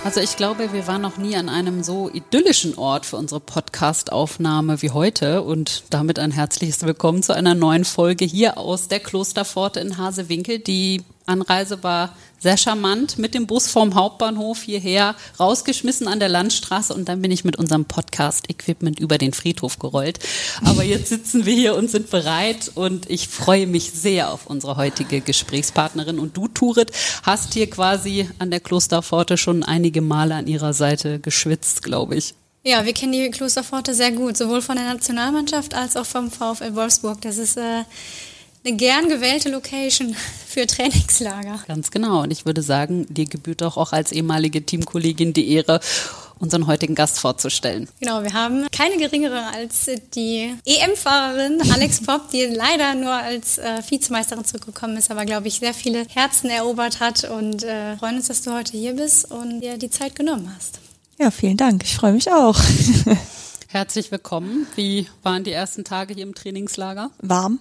Also ich glaube, wir waren noch nie an einem so idyllischen Ort für unsere Podcast-Aufnahme wie heute und damit ein herzliches Willkommen zu einer neuen Folge hier aus der Klosterpforte in Hasewinkel. Die Anreise war sehr charmant, mit dem Bus vom Hauptbahnhof hierher, rausgeschmissen an der Landstraße und dann bin ich mit unserem Podcast-Equipment über den Friedhof gerollt. Aber jetzt sitzen wir hier und sind bereit und ich freue mich sehr auf unsere heutige Gesprächspartnerin. Und du, Turit, hast hier quasi an der Klosterpforte schon einige Male an ihrer Seite geschwitzt, glaube ich. Ja, wir kennen die Klosterpforte sehr gut, sowohl von der Nationalmannschaft als auch vom VfL Wolfsburg. Das ist eine gern gewählte Location für Trainingslager. Ganz genau. Und ich würde sagen, dir gebührt auch als ehemalige Teamkollegin die Ehre, unseren heutigen Gast vorzustellen. Genau, wir haben keine geringere als die EM-Fahrerin Alex Popp, die leider nur als Vizemeisterin zurückgekommen ist, aber, glaube ich, sehr viele Herzen erobert hat und freuen uns, dass du heute hier bist und dir die Zeit genommen hast. Ja, vielen Dank. Ich freue mich auch. Herzlich willkommen. Wie waren die ersten Tage hier im Trainingslager? Warm.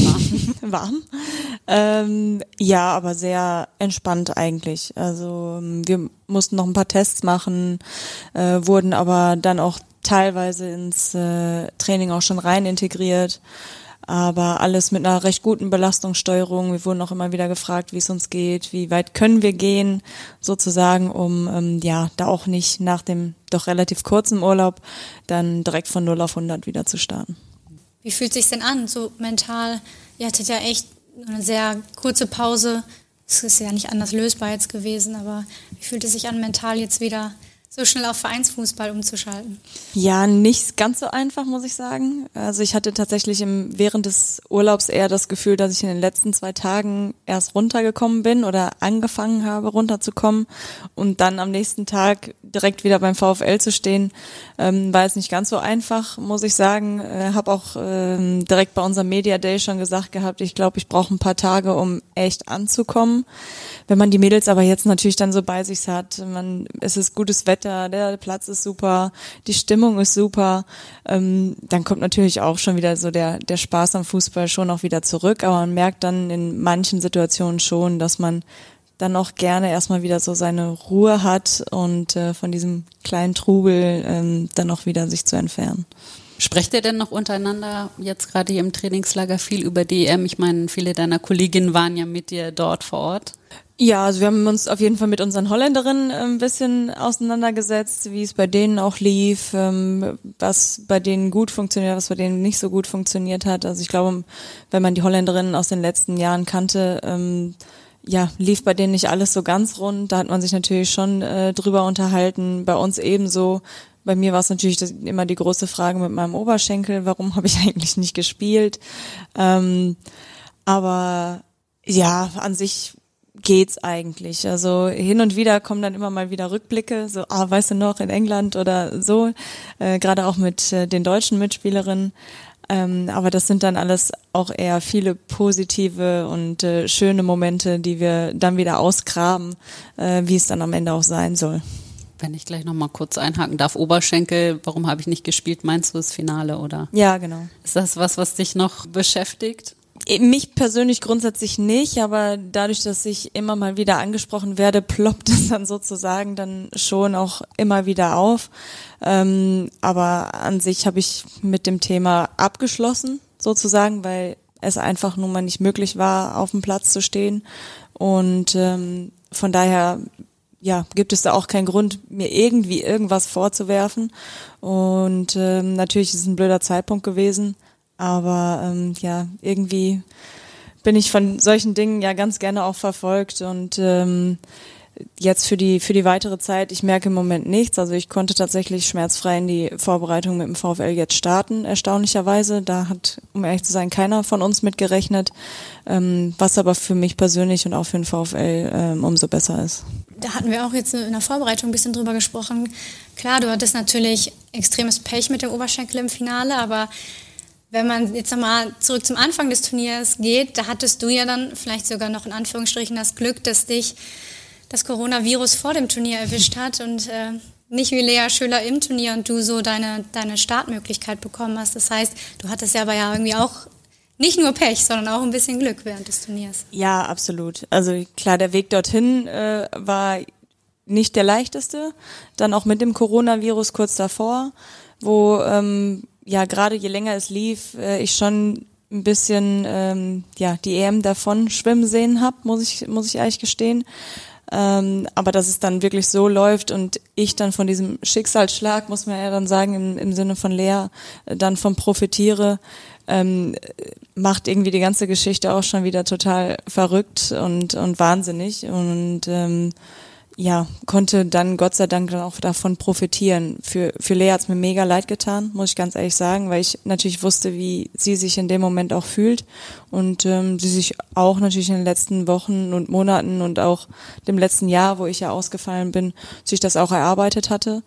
Ja, aber sehr entspannt eigentlich. Also wir mussten noch ein paar Tests machen, wurden aber dann auch teilweise ins Training auch schon rein integriert. Aber alles mit einer recht guten Belastungssteuerung. Wir wurden auch immer wieder gefragt, wie es uns geht, wie weit können wir gehen, sozusagen, um da auch nicht nach dem doch relativ kurzen Urlaub dann direkt von 0 auf 100 wieder zu starten. Wie fühlt es sich denn an, so mental? Ihr hattet ja echt eine sehr kurze Pause. Es ist ja nicht anders lösbar jetzt gewesen, aber wie fühlt es sich an, mental jetzt wieder so schnell auf Vereinsfußball umzuschalten? Ja, nicht ganz so einfach, muss ich sagen. Also ich hatte tatsächlich während des Urlaubs eher das Gefühl, dass ich in den letzten 2 Tagen erst runtergekommen bin oder angefangen habe, runterzukommen und dann am nächsten Tag direkt wieder beim VfL zu stehen, war jetzt nicht ganz so einfach, muss ich sagen. Habe auch direkt bei unserem Media Day schon gesagt gehabt, ich glaube, ich brauche ein paar Tage, um echt anzukommen. Wenn man die Mädels aber jetzt natürlich dann so bei sich hat, es ist gutes Wetter, der Platz ist super, die Stimmung ist super, dann kommt natürlich auch schon wieder so der Spaß am Fußball schon auch wieder zurück, aber man merkt dann in manchen Situationen schon, dass man dann auch gerne erstmal wieder so seine Ruhe hat und von diesem kleinen Trubel dann auch wieder sich zu entfernen. Sprecht ihr denn noch untereinander jetzt gerade hier im Trainingslager viel über die EM? Ich meine, viele deiner Kolleginnen waren ja mit dir dort vor Ort. Ja, also wir haben uns auf jeden Fall mit unseren Holländerinnen ein bisschen auseinandergesetzt, wie es bei denen auch lief, was bei denen gut funktioniert, was bei denen nicht so gut funktioniert hat. Also ich glaube, wenn man die Holländerinnen aus den letzten Jahren kannte, lief bei denen nicht alles so ganz rund. Da hat man sich natürlich schon drüber unterhalten. Bei uns ebenso. Bei mir war es natürlich immer die große Frage mit meinem Oberschenkel, warum habe ich eigentlich nicht gespielt? Aber ja, an sich geht's eigentlich. Also hin und wieder kommen dann immer mal wieder Rückblicke, so, weißt du noch, in England oder so, gerade auch mit den deutschen Mitspielerinnen. Aber das sind dann alles auch eher viele positive und schöne Momente, die wir dann wieder ausgraben, wie es dann am Ende auch sein soll. Wenn ich gleich nochmal kurz einhaken darf, Oberschenkel, warum habe ich nicht gespielt? Meinst du das Finale, oder? Ja, genau. Ist das was dich noch beschäftigt? Mich persönlich grundsätzlich nicht, aber dadurch, dass ich immer mal wieder angesprochen werde, ploppt es dann sozusagen dann schon auch immer wieder auf. Aber an sich habe ich mit dem Thema abgeschlossen, sozusagen, weil es einfach nun mal nicht möglich war, auf dem Platz zu stehen. Und von daher gibt es da auch keinen Grund, mir irgendwie irgendwas vorzuwerfen. Und natürlich ist es ein blöder Zeitpunkt gewesen. Aber irgendwie bin ich von solchen Dingen ja ganz gerne auch verfolgt und jetzt für die weitere Zeit, ich merke im Moment nichts. Also ich konnte tatsächlich schmerzfrei in die Vorbereitung mit dem VfL jetzt starten, erstaunlicherweise. Da hat, um ehrlich zu sein, keiner von uns mit gerechnet, was aber für mich persönlich und auch für den VfL umso besser ist. Da hatten wir auch jetzt in der Vorbereitung ein bisschen drüber gesprochen. Klar, du hattest natürlich extremes Pech mit dem Oberschenkel im Finale, aber wenn man jetzt nochmal zurück zum Anfang des Turniers geht, da hattest du ja dann vielleicht sogar noch in Anführungsstrichen das Glück, dass dich das Coronavirus vor dem Turnier erwischt hat und nicht wie Lea Schöler im Turnier und du so deine Startmöglichkeit bekommen hast. Das heißt, du hattest ja aber ja irgendwie auch nicht nur Pech, sondern auch ein bisschen Glück während des Turniers. Ja, absolut. Also klar, der Weg dorthin war nicht der leichteste. Dann auch mit dem Coronavirus kurz davor, wo gerade je länger es lief, ich schon ein bisschen die EM davon schwimmen sehen habe, muss ich ehrlich gestehen. Aber dass es dann wirklich so läuft und ich dann von diesem Schicksalsschlag, muss man ja dann sagen, im Sinne von Lea, dann von profitiere, macht irgendwie die ganze Geschichte auch schon wieder total verrückt und wahnsinnig und konnte dann Gott sei Dank dann auch davon profitieren. Für Lea hat's mir mega leid getan, muss ich ganz ehrlich sagen, weil ich natürlich wusste, wie sie sich in dem Moment auch fühlt und sie sich auch natürlich in den letzten Wochen und Monaten und auch dem letzten Jahr, wo ich ja ausgefallen bin, sich das auch erarbeitet hatte.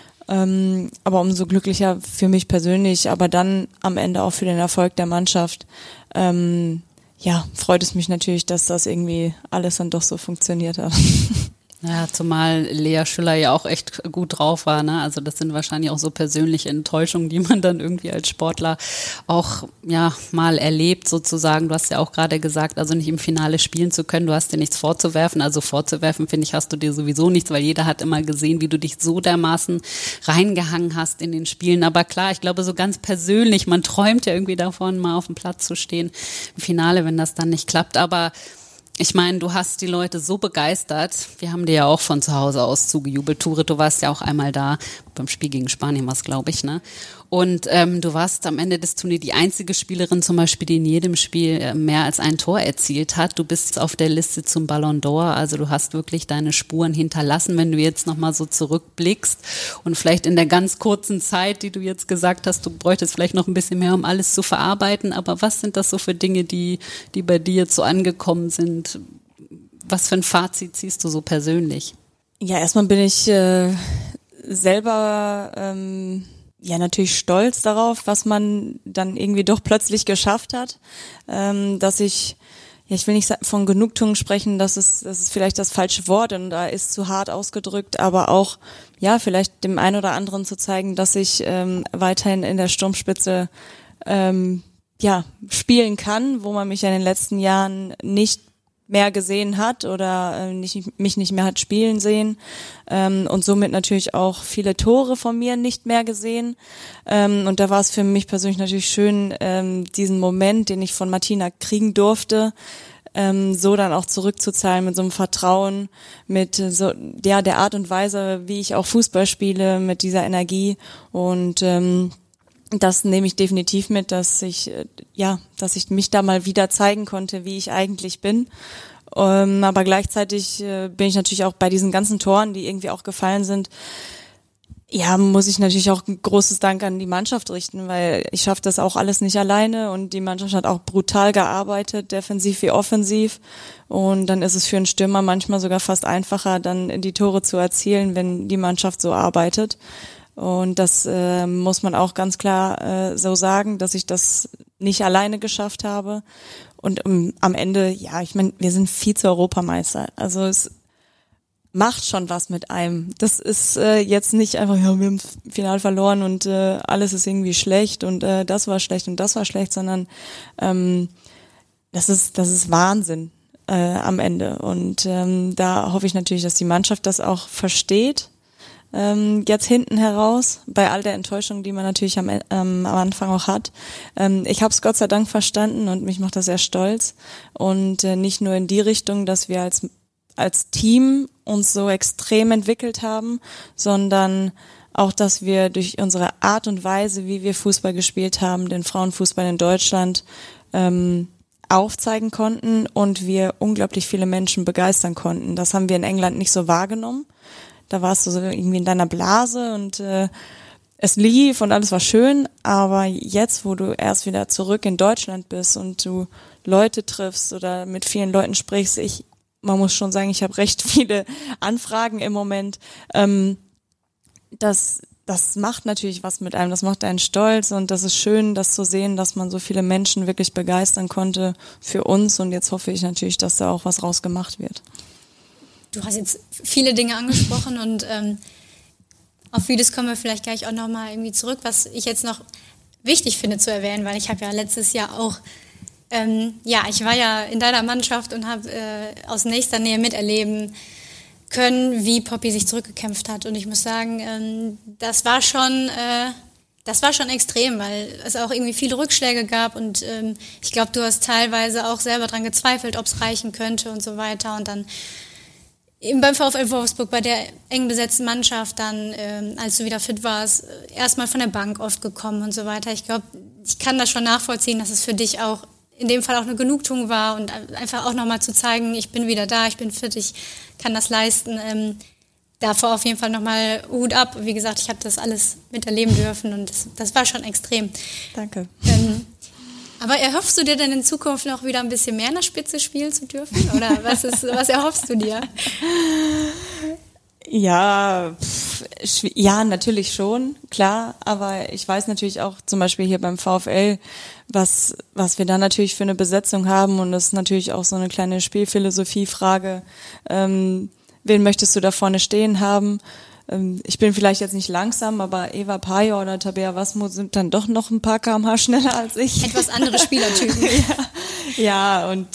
Aber umso glücklicher für mich persönlich, aber dann am Ende auch für den Erfolg der Mannschaft, freut es mich natürlich, dass das irgendwie alles dann doch so funktioniert hat. Ja, zumal Lea Schüller ja auch echt gut drauf war, ne? Also das sind wahrscheinlich auch so persönliche Enttäuschungen, die man dann irgendwie als Sportler auch mal erlebt sozusagen. Du hast ja auch gerade gesagt, also nicht im Finale spielen zu können, du hast dir nichts vorzuwerfen. Also vorzuwerfen, finde ich, hast du dir sowieso nichts, weil jeder hat immer gesehen, wie du dich so dermaßen reingehangen hast in den Spielen. Aber klar, ich glaube so ganz persönlich, man träumt ja irgendwie davon, mal auf dem Platz zu stehen im Finale, wenn das dann nicht klappt. Aber ich meine, du hast die Leute so begeistert. Wir haben dir ja auch von zu Hause aus zugejubelt. Ture, du warst ja auch einmal da, beim Spiel gegen Spanien war es, glaube ich, ne? Und du warst am Ende des Turniers die einzige Spielerin zum Beispiel, die in jedem Spiel mehr als ein Tor erzielt hat. Du bist auf der Liste zum Ballon d'Or, also du hast wirklich deine Spuren hinterlassen, wenn du jetzt nochmal so zurückblickst und vielleicht in der ganz kurzen Zeit, die du jetzt gesagt hast, du bräuchtest vielleicht noch ein bisschen mehr, um alles zu verarbeiten, aber was sind das so für Dinge, die bei dir jetzt so angekommen sind? Was für ein Fazit ziehst du so persönlich? Ja, erstmal bin ich selber natürlich stolz darauf, was man dann irgendwie doch plötzlich geschafft hat, dass ich will nicht von Genugtuung sprechen, das ist vielleicht das falsche Wort und da ist zu hart ausgedrückt, aber auch vielleicht dem einen oder anderen zu zeigen, dass ich weiterhin in der Sturmspitze spielen kann, wo man mich ja in den letzten Jahren nicht mehr gesehen hat oder mich nicht mehr hat spielen sehen und somit natürlich auch viele Tore von mir nicht mehr gesehen. Und da war es für mich persönlich natürlich schön, diesen Moment, den ich von Martina kriegen durfte, so dann auch zurückzuzahlen mit so einem Vertrauen, mit so der Art und Weise, wie ich auch Fußball spiele, mit dieser Energie und das nehme ich definitiv mit, dass ich mich da mal wieder zeigen konnte, wie ich eigentlich bin. Aber gleichzeitig bin ich natürlich auch bei diesen ganzen Toren, die irgendwie auch gefallen sind, muss ich natürlich auch ein großes Dank an die Mannschaft richten, weil ich schaffe das auch alles nicht alleine und die Mannschaft hat auch brutal gearbeitet, defensiv wie offensiv. Und dann ist es für einen Stürmer manchmal sogar fast einfacher, dann die Tore zu erzielen, wenn die Mannschaft so arbeitet. Und das muss man auch ganz klar so sagen, dass ich das nicht alleine geschafft habe. Und am Ende, ich meine, wir sind Vize-Europameister. Also es macht schon was mit einem. Das ist jetzt nicht einfach, wir haben das Finale verloren und alles ist irgendwie schlecht und das war schlecht und das war schlecht, sondern das ist Wahnsinn am Ende. Und da hoffe ich natürlich, dass die Mannschaft das auch versteht. Jetzt hinten heraus, bei all der Enttäuschung, die man natürlich am Anfang auch hat. Ich habe es Gott sei Dank verstanden und mich macht das sehr stolz. Und nicht nur in die Richtung, dass wir als Team uns so extrem entwickelt haben, sondern auch, dass wir durch unsere Art und Weise, wie wir Fußball gespielt haben, den Frauenfußball in Deutschland aufzeigen konnten und wir unglaublich viele Menschen begeistern konnten. Das haben wir in England nicht so wahrgenommen. Da warst du so irgendwie in deiner Blase und es lief und alles war schön, aber jetzt, wo du erst wieder zurück in Deutschland bist und du Leute triffst oder mit vielen Leuten sprichst, man muss schon sagen, ich habe recht viele Anfragen im Moment, das macht natürlich was mit einem, das macht einen stolz und das ist schön, das zu sehen, dass man so viele Menschen wirklich begeistern konnte für uns und jetzt hoffe ich natürlich, dass da auch was rausgemacht wird. Du hast jetzt viele Dinge angesprochen und auf vieles kommen wir vielleicht gleich auch nochmal irgendwie zurück, was ich jetzt noch wichtig finde zu erwähnen, weil ich habe ja letztes Jahr auch, ich war ja in deiner Mannschaft und habe aus nächster Nähe miterleben können, wie Poppy sich zurückgekämpft hat. Und ich muss sagen, das war schon extrem, weil es auch irgendwie viele Rückschläge gab und ich glaube, du hast teilweise auch selber dran gezweifelt, ob es reichen könnte und so weiter. Und dann eben beim VfL Wolfsburg, bei der eng besetzten Mannschaft, dann, als du wieder fit warst, erstmal von der Bank oft gekommen und so weiter. Ich glaube, ich kann das schon nachvollziehen, dass es für dich auch in dem Fall auch eine Genugtuung war und einfach auch nochmal zu zeigen, ich bin wieder da, ich bin fit, ich kann das leisten. Davor auf jeden Fall nochmal Hut ab. Wie gesagt, ich habe das alles miterleben dürfen und das war schon extrem. Danke. Aber erhoffst du dir denn in Zukunft noch wieder ein bisschen mehr in der Spitze spielen zu dürfen? Oder was erhoffst du dir? Ja, natürlich schon, klar. Aber ich weiß natürlich auch zum Beispiel hier beim VfL, was wir da natürlich für eine Besetzung haben. Und das ist natürlich auch so eine kleine Spielphilosophie-Frage. Wen möchtest du da vorne stehen haben? Ich bin vielleicht jetzt nicht langsam, aber Eva Pajor oder Tabea Wasmuth sind dann doch noch ein paar km/h schneller als ich. Etwas andere Spielertypen. Ja, und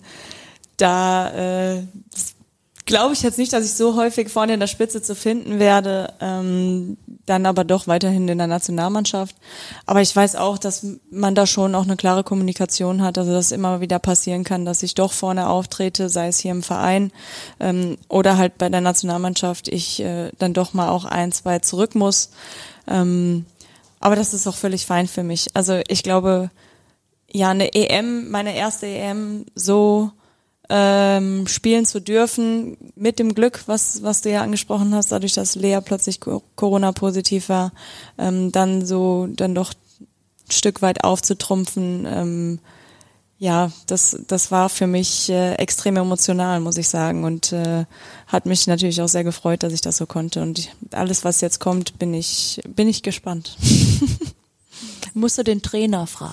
da glaube ich jetzt nicht, dass ich so häufig vorne in der Spitze zu finden werde, dann aber doch weiterhin in der Nationalmannschaft. Aber ich weiß auch, dass man da schon auch eine klare Kommunikation hat, also dass es immer wieder passieren kann, dass ich doch vorne auftrete, sei es hier im Verein oder halt bei der Nationalmannschaft, ich dann doch mal auch 1-2 zurück muss. Aber das ist auch völlig fein für mich. Also ich glaube, ja, eine EM, meine erste EM so spielen zu dürfen, mit dem Glück, was du ja angesprochen hast, dadurch, dass Lea plötzlich Corona-positiv war, dann doch ein Stück weit aufzutrumpfen, ja, das war für mich extrem emotional, muss ich sagen, und hat mich natürlich auch sehr gefreut, dass ich das so konnte, und alles, was jetzt kommt, bin ich gespannt. Musst du den Trainer fragen.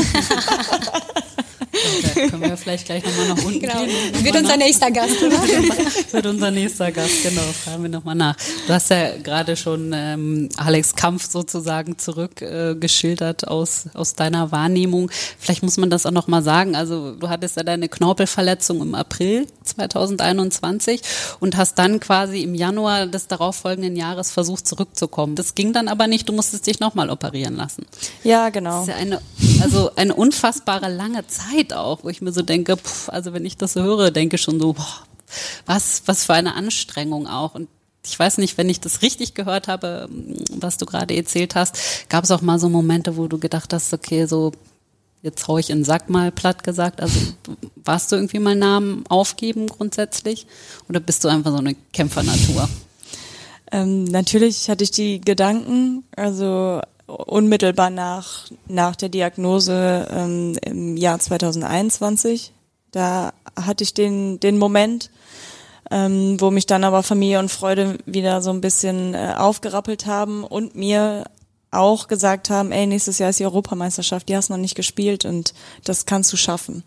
Da können wir vielleicht gleich nochmal nach unten gehen. Wird unser nächster Gast, oder? Wird unser nächster Gast, genau. Fragen wir nochmal nach. Du hast ja gerade schon Alex Kampf sozusagen zurückgeschildert aus deiner Wahrnehmung. Vielleicht muss man das auch nochmal sagen. Also du hattest ja deine Knorpelverletzung im April 2021 und hast dann quasi im Januar des darauffolgenden Jahres versucht zurückzukommen. Das ging dann aber nicht. Du musstest dich nochmal operieren lassen. Ja, genau. Das ist ja eine unfassbare lange Zeit auch, wo ich mir so denke, also wenn ich das so höre, denke ich schon so, was für eine Anstrengung auch. Und ich weiß nicht, wenn ich das richtig gehört habe, was du gerade erzählt hast, gab es auch mal so Momente, wo du gedacht hast, okay, so jetzt hau ich in den Sack, mal platt gesagt. Also warst du irgendwie mal Namen aufgeben grundsätzlich oder bist du einfach so eine Kämpfernatur? Natürlich hatte ich die Gedanken, also unmittelbar nach der Diagnose im Jahr 2021. Da hatte ich den Moment, wo mich dann aber Familie und Freude wieder so ein bisschen aufgerappelt haben und mir auch gesagt haben, ey, nächstes Jahr ist die Europameisterschaft, die hast du noch nicht gespielt und das kannst du schaffen.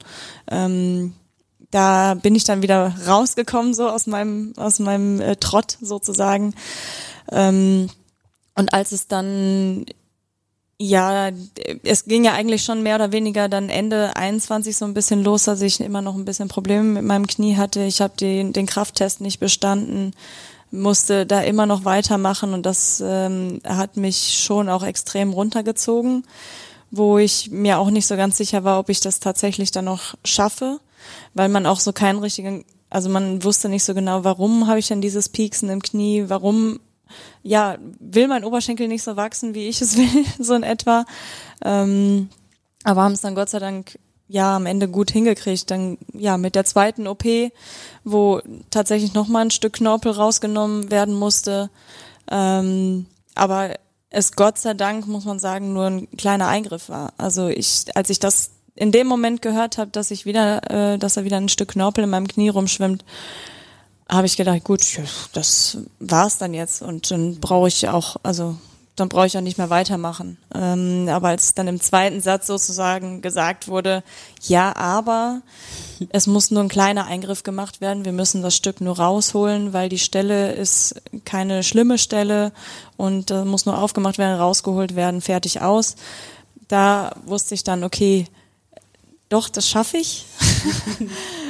Da bin ich dann wieder rausgekommen, so aus meinem Trott sozusagen. Und als es dann, ja, es ging ja eigentlich schon mehr oder weniger dann Ende 21 so ein bisschen los, dass ich immer noch ein bisschen Probleme mit meinem Knie hatte. Ich habe den Krafttest nicht bestanden, musste da immer noch weitermachen und das hat mich schon auch extrem runtergezogen, wo ich mir auch nicht so ganz sicher war, ob ich das tatsächlich dann noch schaffe, weil man auch so keinen richtigen, also man wusste nicht so genau, warum habe ich denn dieses Pieksen im Knie, warum will mein Oberschenkel nicht so wachsen, wie ich es will, so in etwa. Aber haben es dann Gott sei Dank am Ende gut hingekriegt. Dann mit der zweiten OP, wo tatsächlich nochmal ein Stück Knorpel rausgenommen werden musste. Aber es Gott sei Dank, muss man sagen, nur ein kleiner Eingriff war. Also als ich das in dem Moment gehört habe, dass da wieder ein Stück Knorpel in meinem Knie rumschwimmt, habe ich gedacht, gut, das war's dann jetzt und dann brauche ich auch nicht mehr weitermachen. Aber als dann im zweiten Satz sozusagen gesagt wurde, ja, aber es muss nur ein kleiner Eingriff gemacht werden, wir müssen das Stück nur rausholen, weil die Stelle ist keine schlimme Stelle und muss nur aufgemacht werden, rausgeholt werden, fertig aus. Da wusste ich dann, okay, doch, das schaffe ich.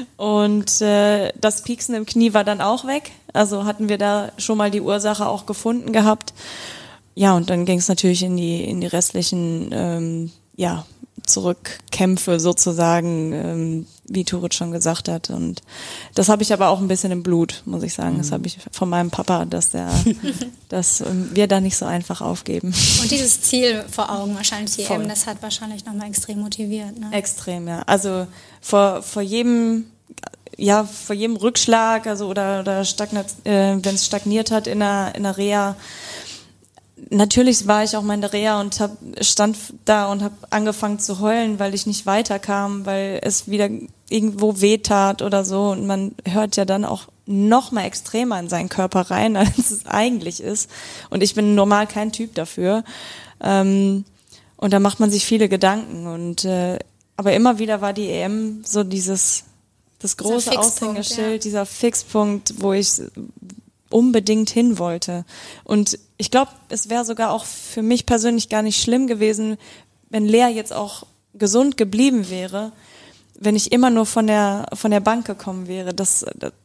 Und das Pieksen im Knie war dann auch weg. Also hatten wir da schon mal die Ursache auch gefunden gehabt. Ja, und dann ging es natürlich in die restlichen Zurückkämpfe sozusagen, wie Turit schon gesagt hat. Und das habe ich aber auch ein bisschen im Blut, muss ich sagen. Das habe ich von meinem Papa, dass wir da nicht so einfach aufgeben. Und dieses Ziel vor Augen wahrscheinlich, die EM, das hat wahrscheinlich nochmal extrem motiviert. Ne? Extrem, ja. Also vor jedem Rückschlag, also oder wenn es stagniert hat in der Reha. Natürlich war ich auch mal in der Reha und stand da und habe angefangen zu heulen, weil ich nicht weiterkam, weil es wieder irgendwo wehtat oder so. Und man hört ja dann auch noch mal extremer in seinen Körper rein, als es eigentlich ist. Und ich bin normal kein Typ dafür. Und da macht man sich viele Gedanken. Und aber immer wieder war die EM so das große Aushängeschild, dieser Fixpunkt, wo ich unbedingt hin wollte. Und ich glaube, es wäre sogar auch für mich persönlich gar nicht schlimm gewesen, wenn Lea jetzt auch gesund geblieben wäre, wenn ich immer nur von der Bank gekommen wäre. Das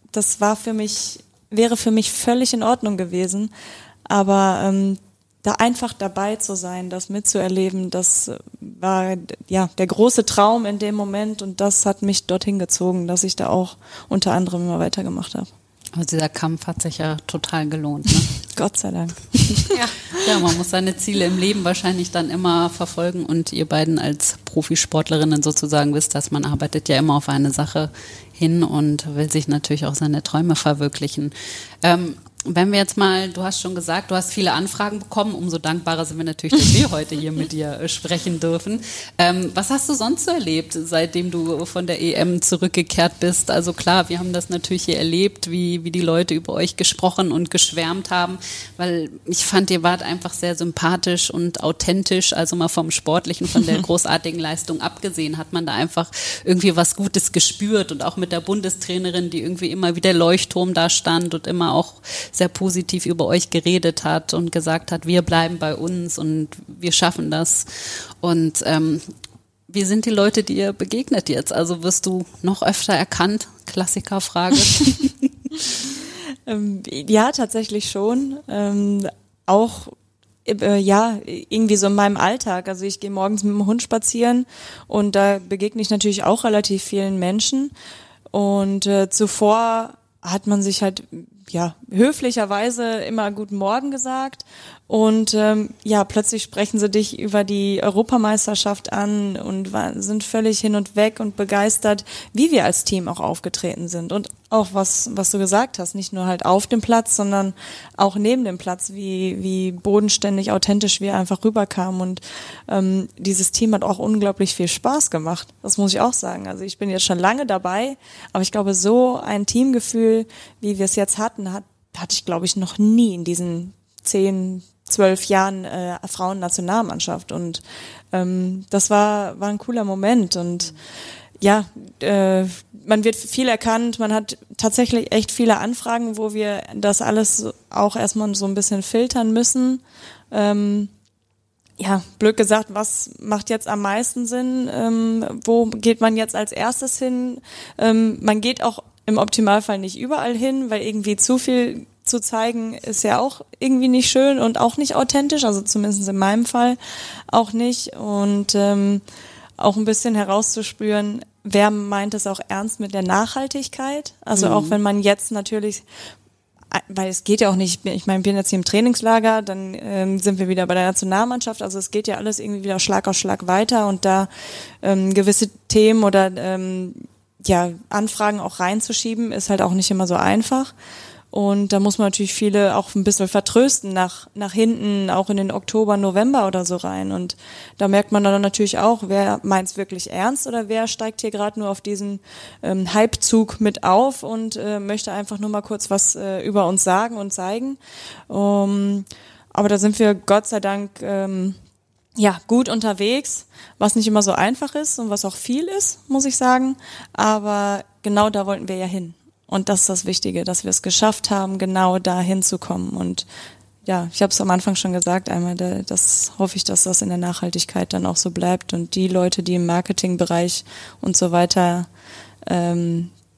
wäre für mich völlig in Ordnung gewesen. Aber da einfach dabei zu sein, das mitzuerleben, das war ja der große Traum in dem Moment, und das hat mich dorthin gezogen, dass ich da auch unter anderem immer weitergemacht habe. Also dieser Kampf hat sich ja total gelohnt, ne? Gott sei Dank. Ja, man muss seine Ziele im Leben wahrscheinlich dann immer verfolgen, und ihr beiden als Profisportlerinnen sozusagen wisst, dass man arbeitet ja immer auf eine Sache hin und will sich natürlich auch seine Träume verwirklichen. Wenn wir jetzt mal, du hast schon gesagt, du hast viele Anfragen bekommen, umso dankbarer sind wir natürlich, dass wir heute hier mit dir sprechen dürfen. Was hast du sonst so erlebt, seitdem du von der EM zurückgekehrt bist? Also klar, wir haben das natürlich hier erlebt, wie die Leute über euch gesprochen und geschwärmt haben, weil ich fand, ihr wart einfach sehr sympathisch und authentisch, also mal vom Sportlichen, von der großartigen Leistung abgesehen, hat man da einfach irgendwie was Gutes gespürt, und auch mit der Bundestrainerin, die irgendwie immer wie der Leuchtturm da stand und immer auch sehr positiv über euch geredet hat und gesagt hat, wir bleiben bei uns und wir schaffen das. Und wie sind die Leute dir begegnet jetzt? Also wirst du noch öfter erkannt? Klassikerfrage. Ja, tatsächlich schon. Auch irgendwie so in meinem Alltag. Also ich gehe morgens mit dem Hund spazieren und da begegne ich natürlich auch relativ vielen Menschen. Und zuvor hat man sich halt höflicherweise immer Guten Morgen gesagt, und plötzlich sprechen sie dich über die Europameisterschaft an und sind völlig hin und weg und begeistert, wie wir als Team auch aufgetreten sind, und auch was du gesagt hast, nicht nur halt auf dem Platz, sondern auch neben dem Platz, wie bodenständig, authentisch wir einfach rüberkamen, und dieses Team hat auch unglaublich viel Spaß gemacht, das muss ich auch sagen. Also ich bin jetzt schon lange dabei, aber ich glaube, so ein Teamgefühl, wie wir es jetzt hatte ich, glaube ich, noch nie in diesen 10, 12 Jahren Frauen-Nationalmannschaft, und das war ein cooler Moment, und man wird viel erkannt, man hat tatsächlich echt viele Anfragen, wo wir das alles auch erstmal so ein bisschen filtern müssen. Blöd gesagt, was macht jetzt am meisten Sinn? Wo geht man jetzt als erstes hin? Man geht auch im Optimalfall nicht überall hin, weil irgendwie zu viel zu zeigen ist ja auch irgendwie nicht schön und auch nicht authentisch, also zumindest in meinem Fall auch nicht. Und auch ein bisschen herauszuspüren, wer meint es auch ernst mit der Nachhaltigkeit. Also auch wenn man jetzt natürlich, weil es geht ja auch nicht, ich meine, ich bin jetzt hier im Trainingslager, dann sind wir wieder bei der Nationalmannschaft, also es geht ja alles irgendwie wieder Schlag auf Schlag weiter, und da gewisse Themen oder Anfragen auch reinzuschieben, ist halt auch nicht immer so einfach. Und da muss man natürlich viele auch ein bisschen vertrösten nach hinten, auch in den Oktober, November oder so rein. Und da merkt man dann natürlich auch, wer meint es wirklich ernst oder wer steigt hier gerade nur auf diesen Hypezug mit auf und möchte einfach nur mal kurz was über uns sagen und zeigen. Aber da sind wir Gott sei Dank gut unterwegs, was nicht immer so einfach ist und was auch viel ist, muss ich sagen. Aber genau da wollten wir ja hin. Und das ist das Wichtige, dass wir es geschafft haben, genau da hinzukommen. Und ja, ich habe es am Anfang schon gesagt, einmal, das hoffe ich, dass das in der Nachhaltigkeit dann auch so bleibt. Und die Leute, die im Marketingbereich und so weiter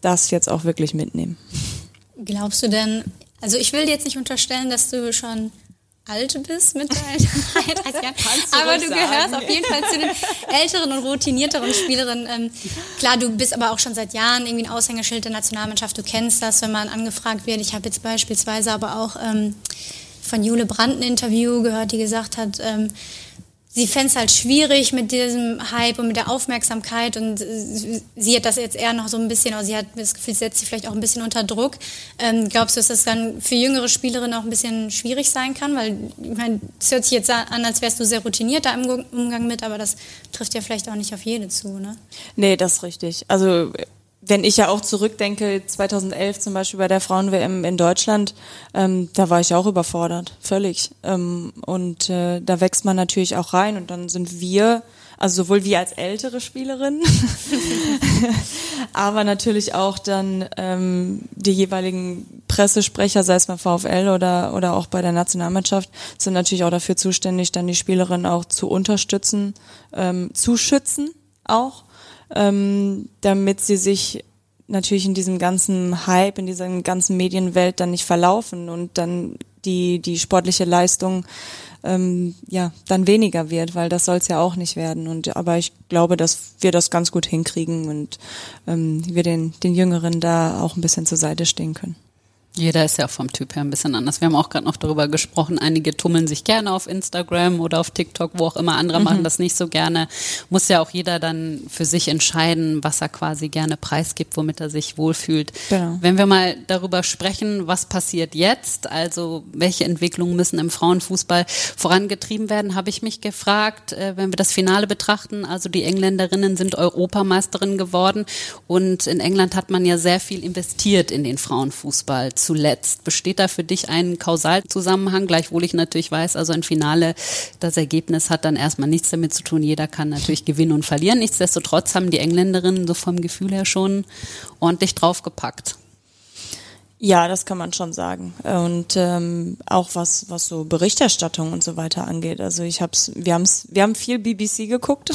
das jetzt auch wirklich mitnehmen. Glaubst du denn, also ich will dir jetzt nicht unterstellen, dass du schon alt bist mit deinen 33 Jahren, aber du gehörst auf jeden Fall zu den älteren und routinierteren Spielerinnen. Klar, du bist aber auch schon seit Jahren irgendwie ein Aushängeschild der Nationalmannschaft. Du kennst das, wenn man angefragt wird. Ich habe jetzt beispielsweise aber auch von Jule Brandt ein Interview gehört, die gesagt hat, sie fände es halt schwierig mit diesem Hype und mit der Aufmerksamkeit und sie hat das jetzt eher noch so ein bisschen, also sie hat das Gefühl, sie setzt sich vielleicht auch ein bisschen unter Druck. Glaubst du, dass das dann für jüngere Spielerinnen auch ein bisschen schwierig sein kann? Weil, ich meine, es hört sich jetzt an, als wärst du sehr routiniert da im Umgang mit, aber das trifft ja vielleicht auch nicht auf jede zu, ne? Nee, das ist richtig. Also wenn ich ja auch zurückdenke, 2011 zum Beispiel bei der Frauen-WM in Deutschland, da war ich auch überfordert, völlig. Und da wächst man natürlich auch rein und dann sind wir, also sowohl wir als ältere Spielerin, aber natürlich auch dann die jeweiligen Pressesprecher, sei es beim VfL oder auch bei der Nationalmannschaft, sind natürlich auch dafür zuständig, dann die Spielerin auch zu unterstützen, zu schützen auch. Damit sie sich natürlich in diesem ganzen Hype, in dieser ganzen Medienwelt dann nicht verlaufen und dann die sportliche Leistung dann weniger wird, weil das soll es ja auch nicht werden. Aber ich glaube, dass wir das ganz gut hinkriegen und wir den Jüngeren da auch ein bisschen zur Seite stehen können. Jeder ist ja vom Typ her ein bisschen anders. Wir haben auch gerade noch darüber gesprochen, einige tummeln sich gerne auf Instagram oder auf TikTok, wo auch immer, andere machen das nicht so gerne. Muss ja auch jeder dann für sich entscheiden, was er quasi gerne preisgibt, womit er sich wohlfühlt. Genau. Wenn wir mal darüber sprechen, was passiert jetzt, also welche Entwicklungen müssen im Frauenfußball vorangetrieben werden, habe ich mich gefragt, wenn wir das Finale betrachten, also die Engländerinnen sind Europameisterinnen geworden und in England hat man ja sehr viel investiert in den Frauenfußball. Zuletzt. Besteht da für dich ein Kausalzusammenhang, gleichwohl ich natürlich weiß, also ein Finale, das Ergebnis hat dann erstmal nichts damit zu tun, jeder kann natürlich gewinnen und verlieren. Nichtsdestotrotz haben die Engländerinnen so vom Gefühl her schon ordentlich draufgepackt. Ja, das kann man schon sagen. Und auch was so Berichterstattung und so weiter angeht. Also wir haben viel BBC geguckt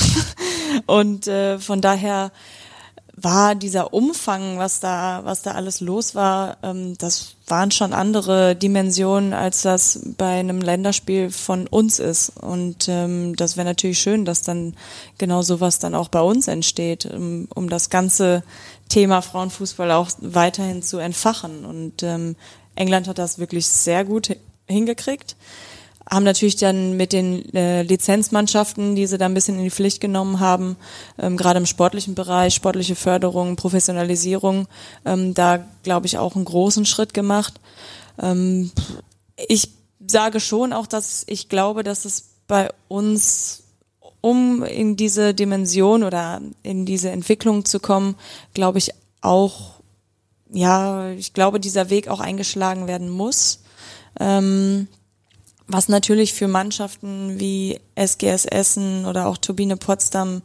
und von daher war dieser Umfang, was da alles los war, das waren schon andere Dimensionen, als das bei einem Länderspiel von uns ist. Und das wäre natürlich schön, dass dann genau sowas dann auch bei uns entsteht, um das ganze Thema Frauenfußball auch weiterhin zu entfachen. Und England hat das wirklich sehr gut hingekriegt. Haben natürlich dann mit den Lizenzmannschaften, die sie da ein bisschen in die Pflicht genommen haben, gerade im sportlichen Bereich, sportliche Förderung, Professionalisierung, da glaube ich auch einen großen Schritt gemacht. Ich sage schon auch, dass ich glaube, dass es bei uns, um in diese Dimension oder in diese Entwicklung zu kommen, glaube ich auch, ich glaube, dieser Weg auch eingeschlagen werden muss. Was natürlich für Mannschaften wie SGS Essen oder auch Turbine Potsdam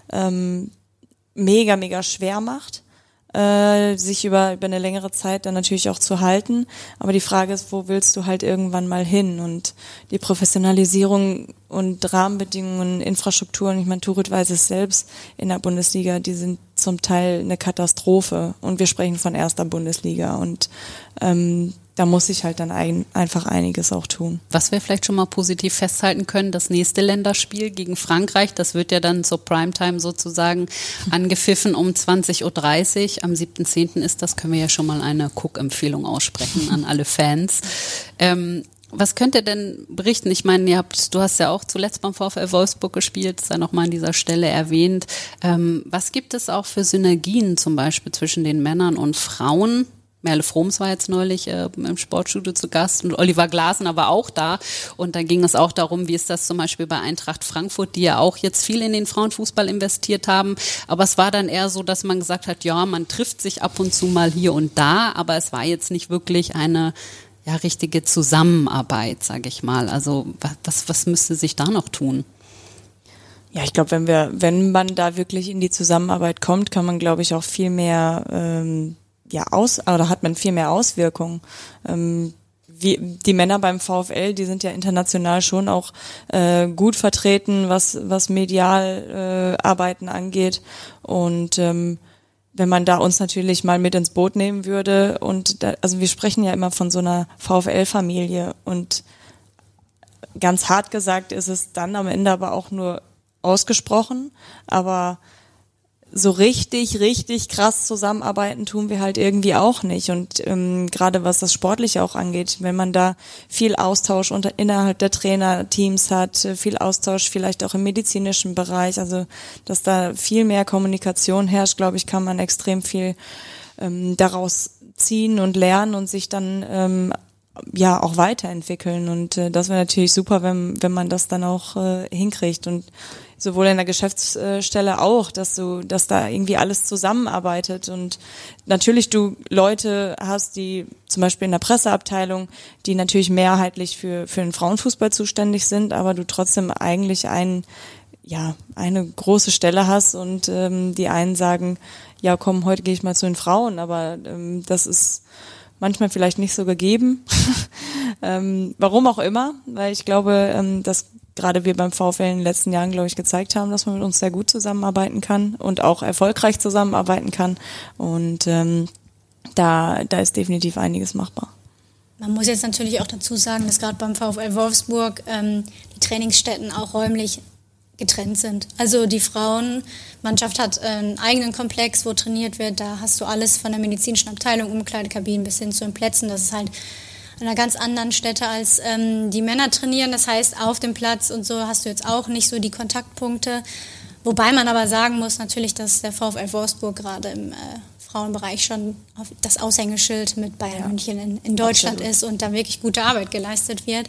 mega, mega schwer macht, sich über eine längere Zeit dann natürlich auch zu halten. Aber die Frage ist, wo willst du halt irgendwann mal hin? Und die Professionalisierung und Rahmenbedingungen, Infrastrukturen, ich meine, Turit weiß es selbst in der Bundesliga, die sind zum Teil eine Katastrophe. Und wir sprechen von erster Bundesliga. Und da muss ich halt dann einfach einiges auch tun. Was wir vielleicht schon mal positiv festhalten können, das nächste Länderspiel gegen Frankreich, das wird ja dann zur Primetime sozusagen angepfiffen um 20.30 Uhr. Am 7.10. ist das, können wir ja schon mal eine Guck-Empfehlung aussprechen an alle Fans. Was könnt ihr denn berichten? Ich meine, du hast ja auch zuletzt beim VfL Wolfsburg gespielt, sei nochmal an dieser Stelle erwähnt. Was gibt es auch für Synergien zum Beispiel zwischen den Männern und Frauen? Merle Froms war jetzt neulich im Sportstudio zu Gast und Oliver Glasner war auch da und da ging es auch darum, wie ist das zum Beispiel bei Eintracht Frankfurt, die ja auch jetzt viel in den Frauenfußball investiert haben, aber es war dann eher so, dass man gesagt hat, ja, man trifft sich ab und zu mal hier und da, aber es war jetzt nicht wirklich eine richtige Zusammenarbeit, sage ich mal. Also was müsste sich da noch tun? Ja, ich glaube, wenn man da wirklich in die Zusammenarbeit kommt, kann man, glaube ich, auch viel mehr oder hat man viel mehr Auswirkungen. Die Männer beim VfL, die sind ja international schon auch gut vertreten, was medial Arbeiten angeht. Und wenn man da uns natürlich mal mit ins Boot nehmen würde und da, also wir sprechen ja immer von so einer VfL-Familie und ganz hart gesagt ist es dann am Ende aber auch nur ausgesprochen, aber so richtig krass zusammenarbeiten tun wir halt irgendwie auch nicht. Und gerade was das Sportliche auch angeht, wenn man da viel Austausch innerhalb der Trainerteams hat, viel Austausch vielleicht auch im medizinischen Bereich, also dass da viel mehr Kommunikation herrscht, glaube ich, kann man extrem viel daraus ziehen und lernen und sich dann auch weiterentwickeln. Und das wäre natürlich super, wenn man das dann auch hinkriegt. Und sowohl in der Geschäftsstelle auch, dass da irgendwie alles zusammenarbeitet und natürlich du Leute hast, die zum Beispiel in der Presseabteilung, die natürlich mehrheitlich für den Frauenfußball zuständig sind, aber du trotzdem eigentlich eine große Stelle hast und die einen sagen, ja komm, heute gehe ich mal zu den Frauen, aber das ist manchmal vielleicht nicht so gegeben. Warum auch immer, weil ich glaube, dass gerade wir beim VfL in den letzten Jahren, glaube ich, gezeigt haben, dass man mit uns sehr gut zusammenarbeiten kann und auch erfolgreich zusammenarbeiten kann. Und da ist definitiv einiges machbar. Man muss jetzt natürlich auch dazu sagen, dass gerade beim VfL Wolfsburg die Trainingsstätten auch räumlich getrennt sind. Also die Frauenmannschaft hat einen eigenen Komplex, wo trainiert wird. Da hast du alles von der medizinischen Abteilung, Umkleidekabinen bis hin zu den Plätzen. Das ist halt an einer ganz anderen Stätte als die Männer trainieren. Das heißt, auf dem Platz und so hast du jetzt auch nicht so die Kontaktpunkte. Wobei man aber sagen muss natürlich, dass der VfL Wolfsburg gerade im Frauenbereich schon das Aushängeschild mit Bayern München in Deutschland ist und da wirklich gute Arbeit geleistet wird.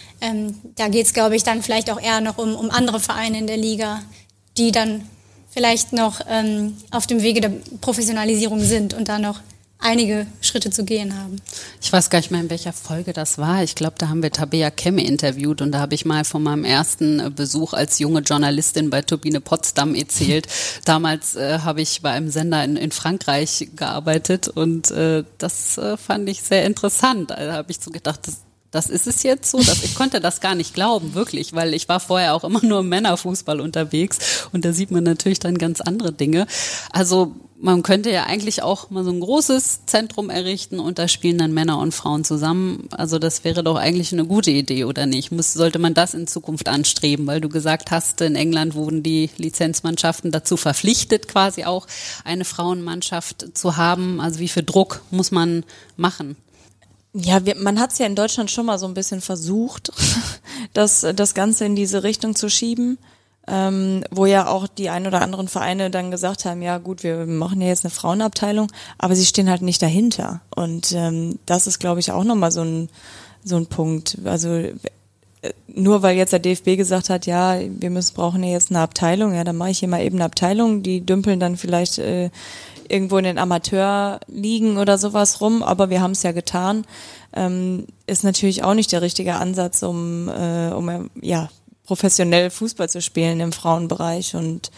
Da geht es, glaube ich, dann vielleicht auch eher noch um andere Vereine in der Liga, die dann vielleicht noch auf dem Wege der Professionalisierung sind und da noch einige Schritte zu gehen haben. Ich weiß gar nicht mehr, in welcher Folge das war. Ich glaube, da haben wir Tabea Kemme interviewt und da habe ich mal von meinem ersten Besuch als junge Journalistin bei Turbine Potsdam erzählt. Damals habe ich bei einem Sender in Frankreich gearbeitet und das fand ich sehr interessant. Da habe ich so gedacht, das ist es jetzt so, ich konnte das gar nicht glauben, wirklich, weil ich war vorher auch immer nur im Männerfußball unterwegs und da sieht man natürlich dann ganz andere Dinge. Also man könnte ja eigentlich auch mal so ein großes Zentrum errichten und da spielen dann Männer und Frauen zusammen. Also das wäre doch eigentlich eine gute Idee, oder nicht? Sollte man das in Zukunft anstreben, weil du gesagt hast, in England wurden die Lizenzmannschaften dazu verpflichtet, quasi auch eine Frauenmannschaft zu haben. Also wie viel Druck muss man machen? Ja, man hat es ja in Deutschland schon mal so ein bisschen versucht, das Ganze in diese Richtung zu schieben, wo ja auch die ein oder anderen Vereine dann gesagt haben, ja gut, wir machen ja jetzt eine Frauenabteilung, aber sie stehen halt nicht dahinter. Und das ist, glaube ich, auch nochmal so ein Punkt. Also nur weil jetzt der DFB gesagt hat, ja, brauchen ja jetzt eine Abteilung, ja, dann mache ich hier mal eben eine Abteilung, die dümpeln dann vielleicht irgendwo in den Amateurligen oder sowas rum, aber wir haben es ja getan, ist natürlich auch nicht der richtige Ansatz, um professionell Fußball zu spielen im Frauenbereich und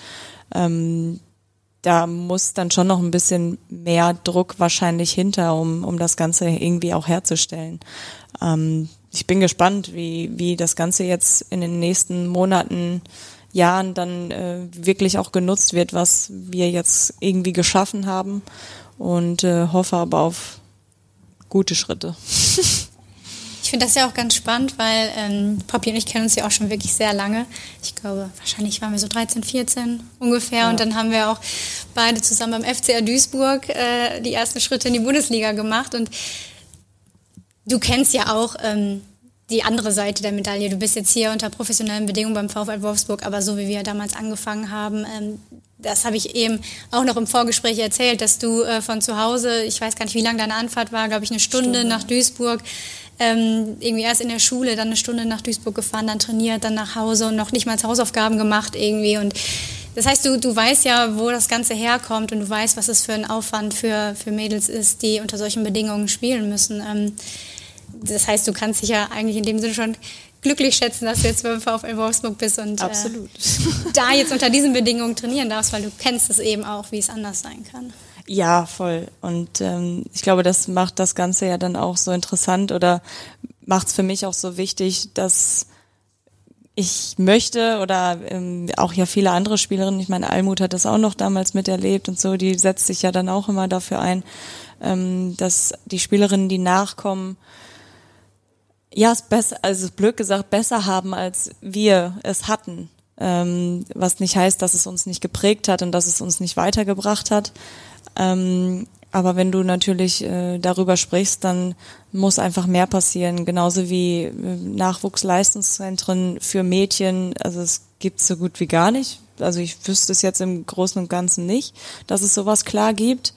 da muss dann schon noch ein bisschen mehr Druck wahrscheinlich hinter, um das Ganze irgendwie auch herzustellen. Ich bin gespannt, wie das Ganze jetzt in den nächsten Monaten, Jahren dann wirklich auch genutzt wird, was wir jetzt irgendwie geschaffen haben und hoffe aber auf gute Schritte. Ich finde das ja auch ganz spannend, weil Poppy und ich kennen uns ja auch schon wirklich sehr lange. Ich glaube, wahrscheinlich waren wir so 13, 14 ungefähr und dann haben wir auch beide zusammen beim FCR Duisburg die ersten Schritte in die Bundesliga gemacht und du kennst ja auch die andere Seite der Medaille. Du bist jetzt hier unter professionellen Bedingungen beim VfL Wolfsburg, aber so wie wir damals angefangen haben, das habe ich eben auch noch im Vorgespräch erzählt, dass du von zu Hause, ich weiß gar nicht, wie lange deine Anfahrt war, glaube ich, eine Stunde nach Duisburg, irgendwie erst in der Schule, dann eine Stunde nach Duisburg gefahren, dann trainiert, dann nach Hause und noch nicht mal Hausaufgaben gemacht irgendwie. Und das heißt, du weißt ja, wo das Ganze herkommt und du weißt, was es für ein Aufwand für Mädels ist, die unter solchen Bedingungen spielen müssen. Das heißt, du kannst dich ja eigentlich in dem Sinne schon glücklich schätzen, dass du jetzt beim VfL Wolfsburg bist und da jetzt unter diesen Bedingungen trainieren darfst, weil du kennst es eben auch, wie es anders sein kann. Ja, voll. Und ich glaube, das macht das Ganze ja dann auch so interessant oder macht es für mich auch so wichtig, dass ich möchte oder auch ja viele andere Spielerinnen, ich meine, Almut hat das auch noch damals miterlebt und so, die setzt sich ja dann auch immer dafür ein, dass die Spielerinnen, die nachkommen, ja, es besser, also blöd gesagt, besser haben, als wir es hatten. Was nicht heißt, dass es uns nicht geprägt hat und dass es uns nicht weitergebracht hat. Aber wenn du natürlich darüber sprichst, dann muss einfach mehr passieren. Genauso wie Nachwuchsleistungszentren für Mädchen, also es gibt so gut wie gar nicht. Also ich wüsste es jetzt im Großen und Ganzen nicht, dass es sowas klar gibt.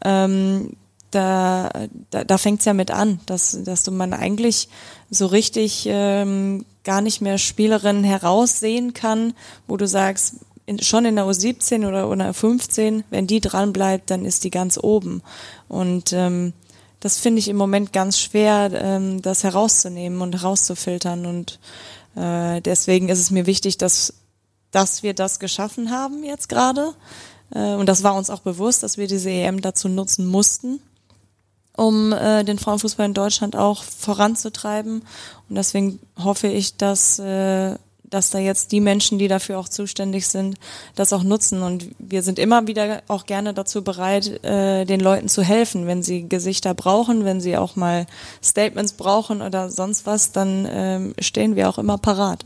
Da fängt's ja mit an, dass du man eigentlich so richtig gar nicht mehr Spielerinnen heraussehen kann, wo du sagst, schon in der U17 oder U15, wenn die dran bleibt, dann ist die ganz oben. Und das finde ich im Moment ganz schwer, das herauszunehmen und herauszufiltern. Und deswegen ist es mir wichtig, dass wir das geschaffen haben jetzt gerade. Und das war uns auch bewusst, dass wir diese EM dazu nutzen mussten, um den Frauenfußball in Deutschland auch voranzutreiben. Und deswegen hoffe ich, dass da jetzt die Menschen, die dafür auch zuständig sind, das auch nutzen. Und wir sind immer wieder auch gerne dazu bereit, den Leuten zu helfen. Wenn sie Gesichter brauchen, wenn sie auch mal Statements brauchen oder sonst was, dann stehen wir auch immer parat.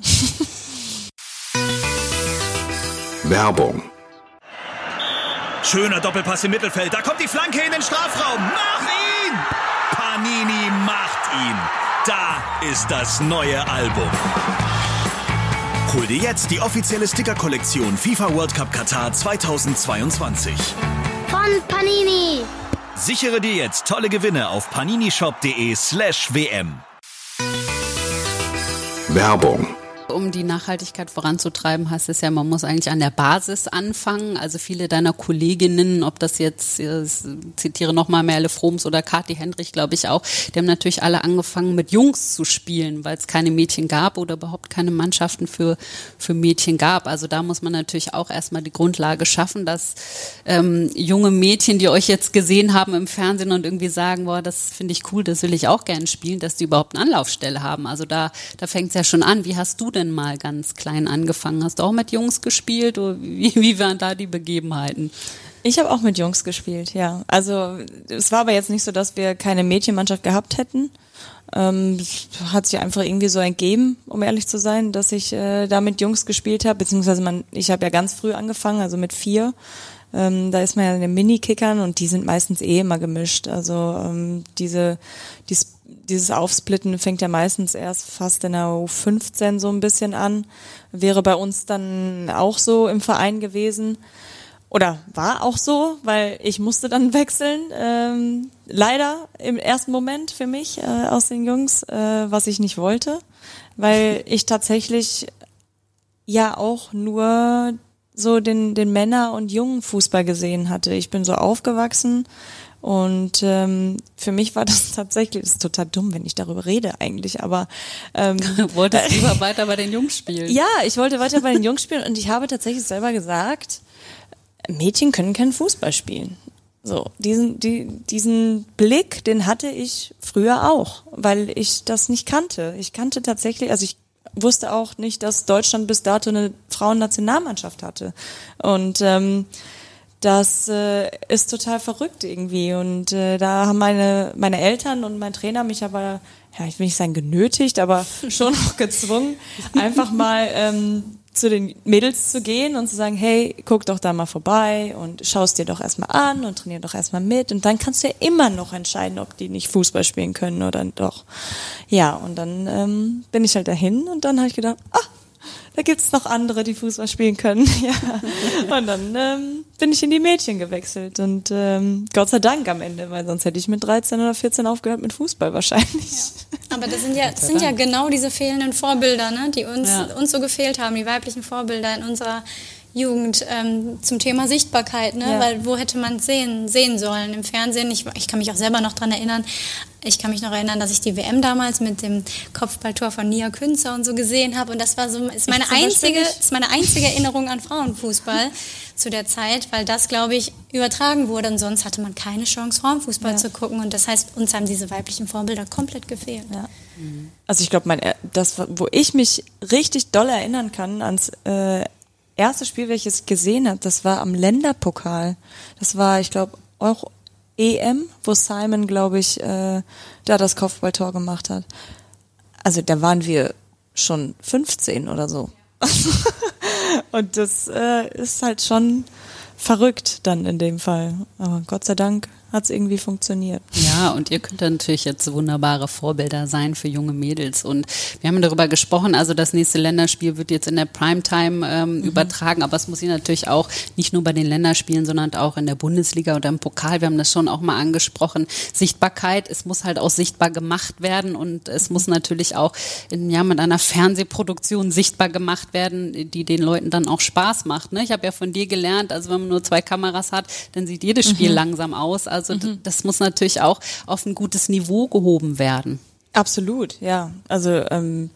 Werbung. Schöner Doppelpass im Mittelfeld. Da kommt die Flanke in den Strafraum. Mach ihn! Panini macht ihn. Da ist das neue Album. Hol dir jetzt die offizielle Sticker-Kollektion FIFA World Cup Katar 2022. Von Panini. Sichere dir jetzt tolle Gewinne auf paninishop.de/WM. Werbung. Um die Nachhaltigkeit voranzutreiben, heißt es ja, man muss eigentlich an der Basis anfangen. Also viele deiner Kolleginnen, ob das jetzt, ich zitiere nochmal Merle Froms oder Kathi Hendrich, glaube ich auch, die haben natürlich alle angefangen mit Jungs zu spielen, weil es keine Mädchen gab oder überhaupt keine Mannschaften für Mädchen gab. Also da muss man natürlich auch erstmal die Grundlage schaffen, dass junge Mädchen, die euch jetzt gesehen haben im Fernsehen und irgendwie sagen, boah, das finde ich cool, das will ich auch gerne spielen, dass die überhaupt eine Anlaufstelle haben. Also da fängt es ja schon an. Wie hast du denn mal ganz klein angefangen? Hast du auch mit Jungs gespielt oder wie waren da die Begebenheiten? Ich habe auch mit Jungs gespielt, ja. Also es war aber jetzt nicht so, dass wir keine Mädchenmannschaft gehabt hätten. Hat sich einfach irgendwie so ergeben, um ehrlich zu sein, dass ich da mit Jungs gespielt habe, beziehungsweise ich habe ja ganz früh angefangen, also mit 4. Da ist man ja in den Mini-Kickern und die sind meistens immer gemischt. Also dieses Aufsplitten fängt ja meistens erst fast in der U15 so ein bisschen an. Wäre bei uns dann auch so im Verein gewesen. Oder war auch so, weil ich musste dann wechseln. Leider im ersten Moment für mich aus den Jungs, was ich nicht wollte. Weil ich tatsächlich ja auch nur so den Männer- und Jungenfußball gesehen hatte. Ich bin so aufgewachsen und für mich war das tatsächlich, das ist total dumm, wenn ich darüber rede eigentlich, aber wolltest du lieber weiter bei den Jungs spielen? Ja, ich wollte weiter bei den Jungs spielen und ich habe tatsächlich selber gesagt, Mädchen können keinen Fußball spielen. So, diesen Blick, den hatte ich früher auch, weil ich das nicht kannte. Ich kannte tatsächlich, also ich wusste auch nicht, dass Deutschland bis dato eine Frauennationalmannschaft hatte. Und das ist total verrückt irgendwie. Und da haben meine Eltern und mein Trainer mich aber, ja, ich will nicht sagen genötigt, aber schon auch gezwungen, einfach mal zu den Mädels zu gehen und zu sagen, hey, guck doch da mal vorbei und schaust dir doch erstmal an und trainier doch erstmal mit und dann kannst du ja immer noch entscheiden, ob die nicht Fußball spielen können oder doch. Ja, und dann bin ich halt dahin und dann habe ich gedacht, da gibt's noch andere, die Fußball spielen können. Ja. Und dann bin ich in die Mädchen gewechselt und Gott sei Dank am Ende, weil sonst hätte ich mit 13 oder 14 aufgehört mit Fußball wahrscheinlich. Ja. Aber das sind ja genau diese fehlenden Vorbilder, ne, die uns so gefehlt haben, die weiblichen Vorbilder in unserer Jugend zum Thema Sichtbarkeit, ne? Ja. Weil wo hätte man es sehen sollen? Im Fernsehen, ich kann mich auch selber noch dran erinnern, dass ich die WM damals mit dem Kopfballtor von Nia Künzer und so gesehen habe und das war so, ist meine einzige Erinnerung an Frauenfußball zu der Zeit, weil das, glaube ich, übertragen wurde und sonst hatte man keine Chance, Frauenfußball zu gucken und das heißt, uns haben diese weiblichen Vorbilder komplett gefehlt. Ja. Also ich glaube, wo ich mich richtig doll erinnern kann ans erste Spiel, welches ich gesehen habe, das war am Länderpokal. Das war, ich glaube, auch EM, wo Simon, glaube ich, da das Kopfballtor gemacht hat. Also da waren wir schon 15 oder so. Und das ist halt schon verrückt dann in dem Fall. Aber Gott sei Dank hat es irgendwie funktioniert. Ja, und ihr könnt dann natürlich jetzt wunderbare Vorbilder sein für junge Mädels. Und wir haben darüber gesprochen, also das nächste Länderspiel wird jetzt in der Primetime übertragen, aber es muss sich natürlich auch nicht nur bei den Länderspielen, sondern auch in der Bundesliga oder im Pokal, wir haben das schon auch mal angesprochen, Sichtbarkeit, es muss halt auch sichtbar gemacht werden und es muss natürlich auch mit einer Fernsehproduktion sichtbar gemacht werden, die den Leuten dann auch Spaß macht. Ne? Ich habe ja von dir gelernt, also wenn man nur 2 Kameras hat, dann sieht jedes Spiel langsam aus. Also das muss natürlich auch auf ein gutes Niveau gehoben werden. Absolut, ja. Also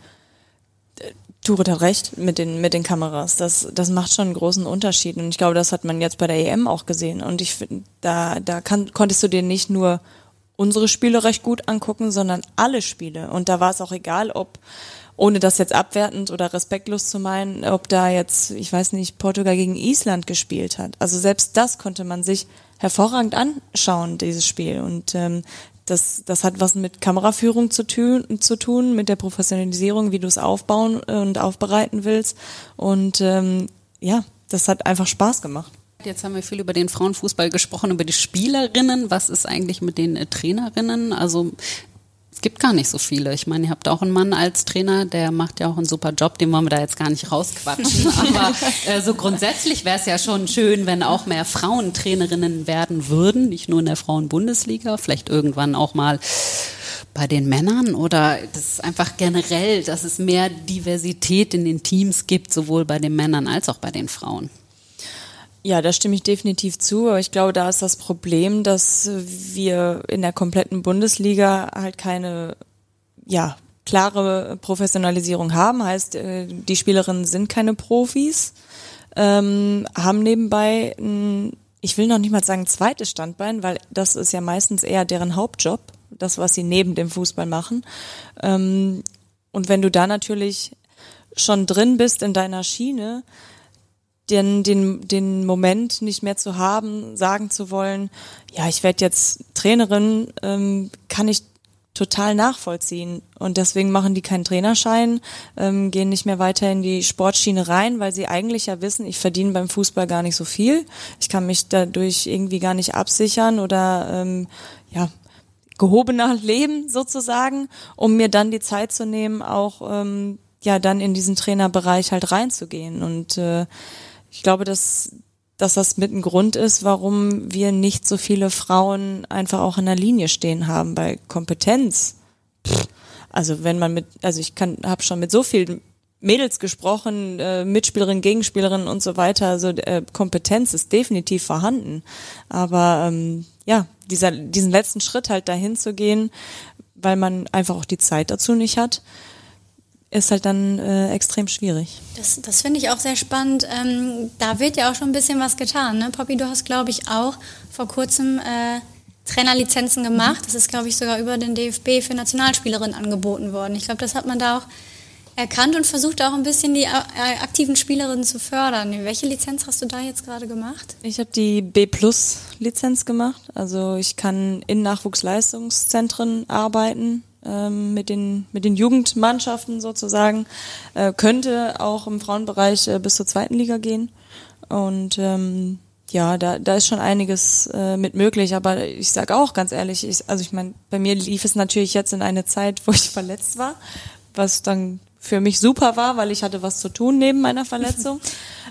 Turit hat recht mit den Kameras. Das macht schon einen großen Unterschied. Und ich glaube, das hat man jetzt bei der EM auch gesehen. Und ich finde, konntest du dir nicht nur unsere Spiele recht gut angucken, sondern alle Spiele. Und da war es auch egal, ob, ohne das jetzt abwertend oder respektlos zu meinen, ob da jetzt, ich weiß nicht, Portugal gegen Island gespielt hat. Also selbst das konnte man sich hervorragend anschauen, dieses Spiel. Und das hat was mit Kameraführung zu tun, mit der Professionalisierung, wie du es aufbauen und aufbereiten willst. Und das hat einfach Spaß gemacht. Jetzt haben wir viel über den Frauenfußball gesprochen, über die Spielerinnen. Was ist eigentlich mit den Trainerinnen? Also es gibt gar nicht so viele. Ich meine, ihr habt auch einen Mann als Trainer, der macht ja auch einen super Job, den wollen wir da jetzt gar nicht rausquatschen. Aber so grundsätzlich wäre es ja schon schön, wenn auch mehr Frauen Trainerinnen werden würden, nicht nur in der Frauenbundesliga, vielleicht irgendwann auch mal bei den Männern oder das ist einfach generell, dass es mehr Diversität in den Teams gibt, sowohl bei den Männern als auch bei den Frauen. Ja, da stimme ich definitiv zu. Aber ich glaube, da ist das Problem, dass wir in der kompletten Bundesliga halt keine, klare Professionalisierung haben. Heißt, die Spielerinnen sind keine Profis, haben nebenbei ich will noch nicht mal sagen zweites Standbein, weil das ist ja meistens eher deren Hauptjob, das, was sie neben dem Fußball machen. Und wenn du da natürlich schon drin bist in deiner Schiene, den Moment nicht mehr zu haben, sagen zu wollen, ja, ich werde jetzt Trainerin, kann ich total nachvollziehen. Und deswegen machen die keinen Trainerschein, gehen nicht mehr weiter in die Sportschiene rein, weil sie eigentlich ja wissen, ich verdiene beim Fußball gar nicht so viel. Ich kann mich dadurch irgendwie gar nicht absichern oder gehobener leben sozusagen, um mir dann die Zeit zu nehmen, auch dann in diesen Trainerbereich halt reinzugehen. Und ich glaube, dass das mit ein Grund ist, warum wir nicht so viele Frauen einfach auch in der Linie stehen haben, bei Kompetenz. Also wenn man habe schon mit so vielen Mädels gesprochen, Mitspielerinnen, Gegenspielerinnen und so weiter, also Kompetenz ist definitiv vorhanden. Aber diesen letzten Schritt halt dahin zu gehen, weil man einfach auch die Zeit dazu nicht hat, ist halt dann extrem schwierig. Das finde ich auch sehr spannend. Da wird ja auch schon ein bisschen was getan. Ne? Poppy, du hast, glaube ich, auch vor kurzem Trainerlizenzen gemacht. Das ist, glaube ich, sogar über den DFB für Nationalspielerinnen angeboten worden. Ich glaube, das hat man da auch erkannt und versucht auch ein bisschen die aktiven Spielerinnen zu fördern. Welche Lizenz hast du da jetzt gerade gemacht? Ich habe die B+-Lizenz gemacht. Also ich kann in Nachwuchsleistungszentren arbeiten, mit den Jugendmannschaften sozusagen, könnte auch im Frauenbereich bis zur 2. Liga gehen und da ist schon einiges mit möglich, aber ich sage auch ganz ehrlich, ich meine, bei mir lief es natürlich jetzt in eine Zeit, wo ich verletzt war, was dann für mich super war, weil ich hatte was zu tun neben meiner Verletzung.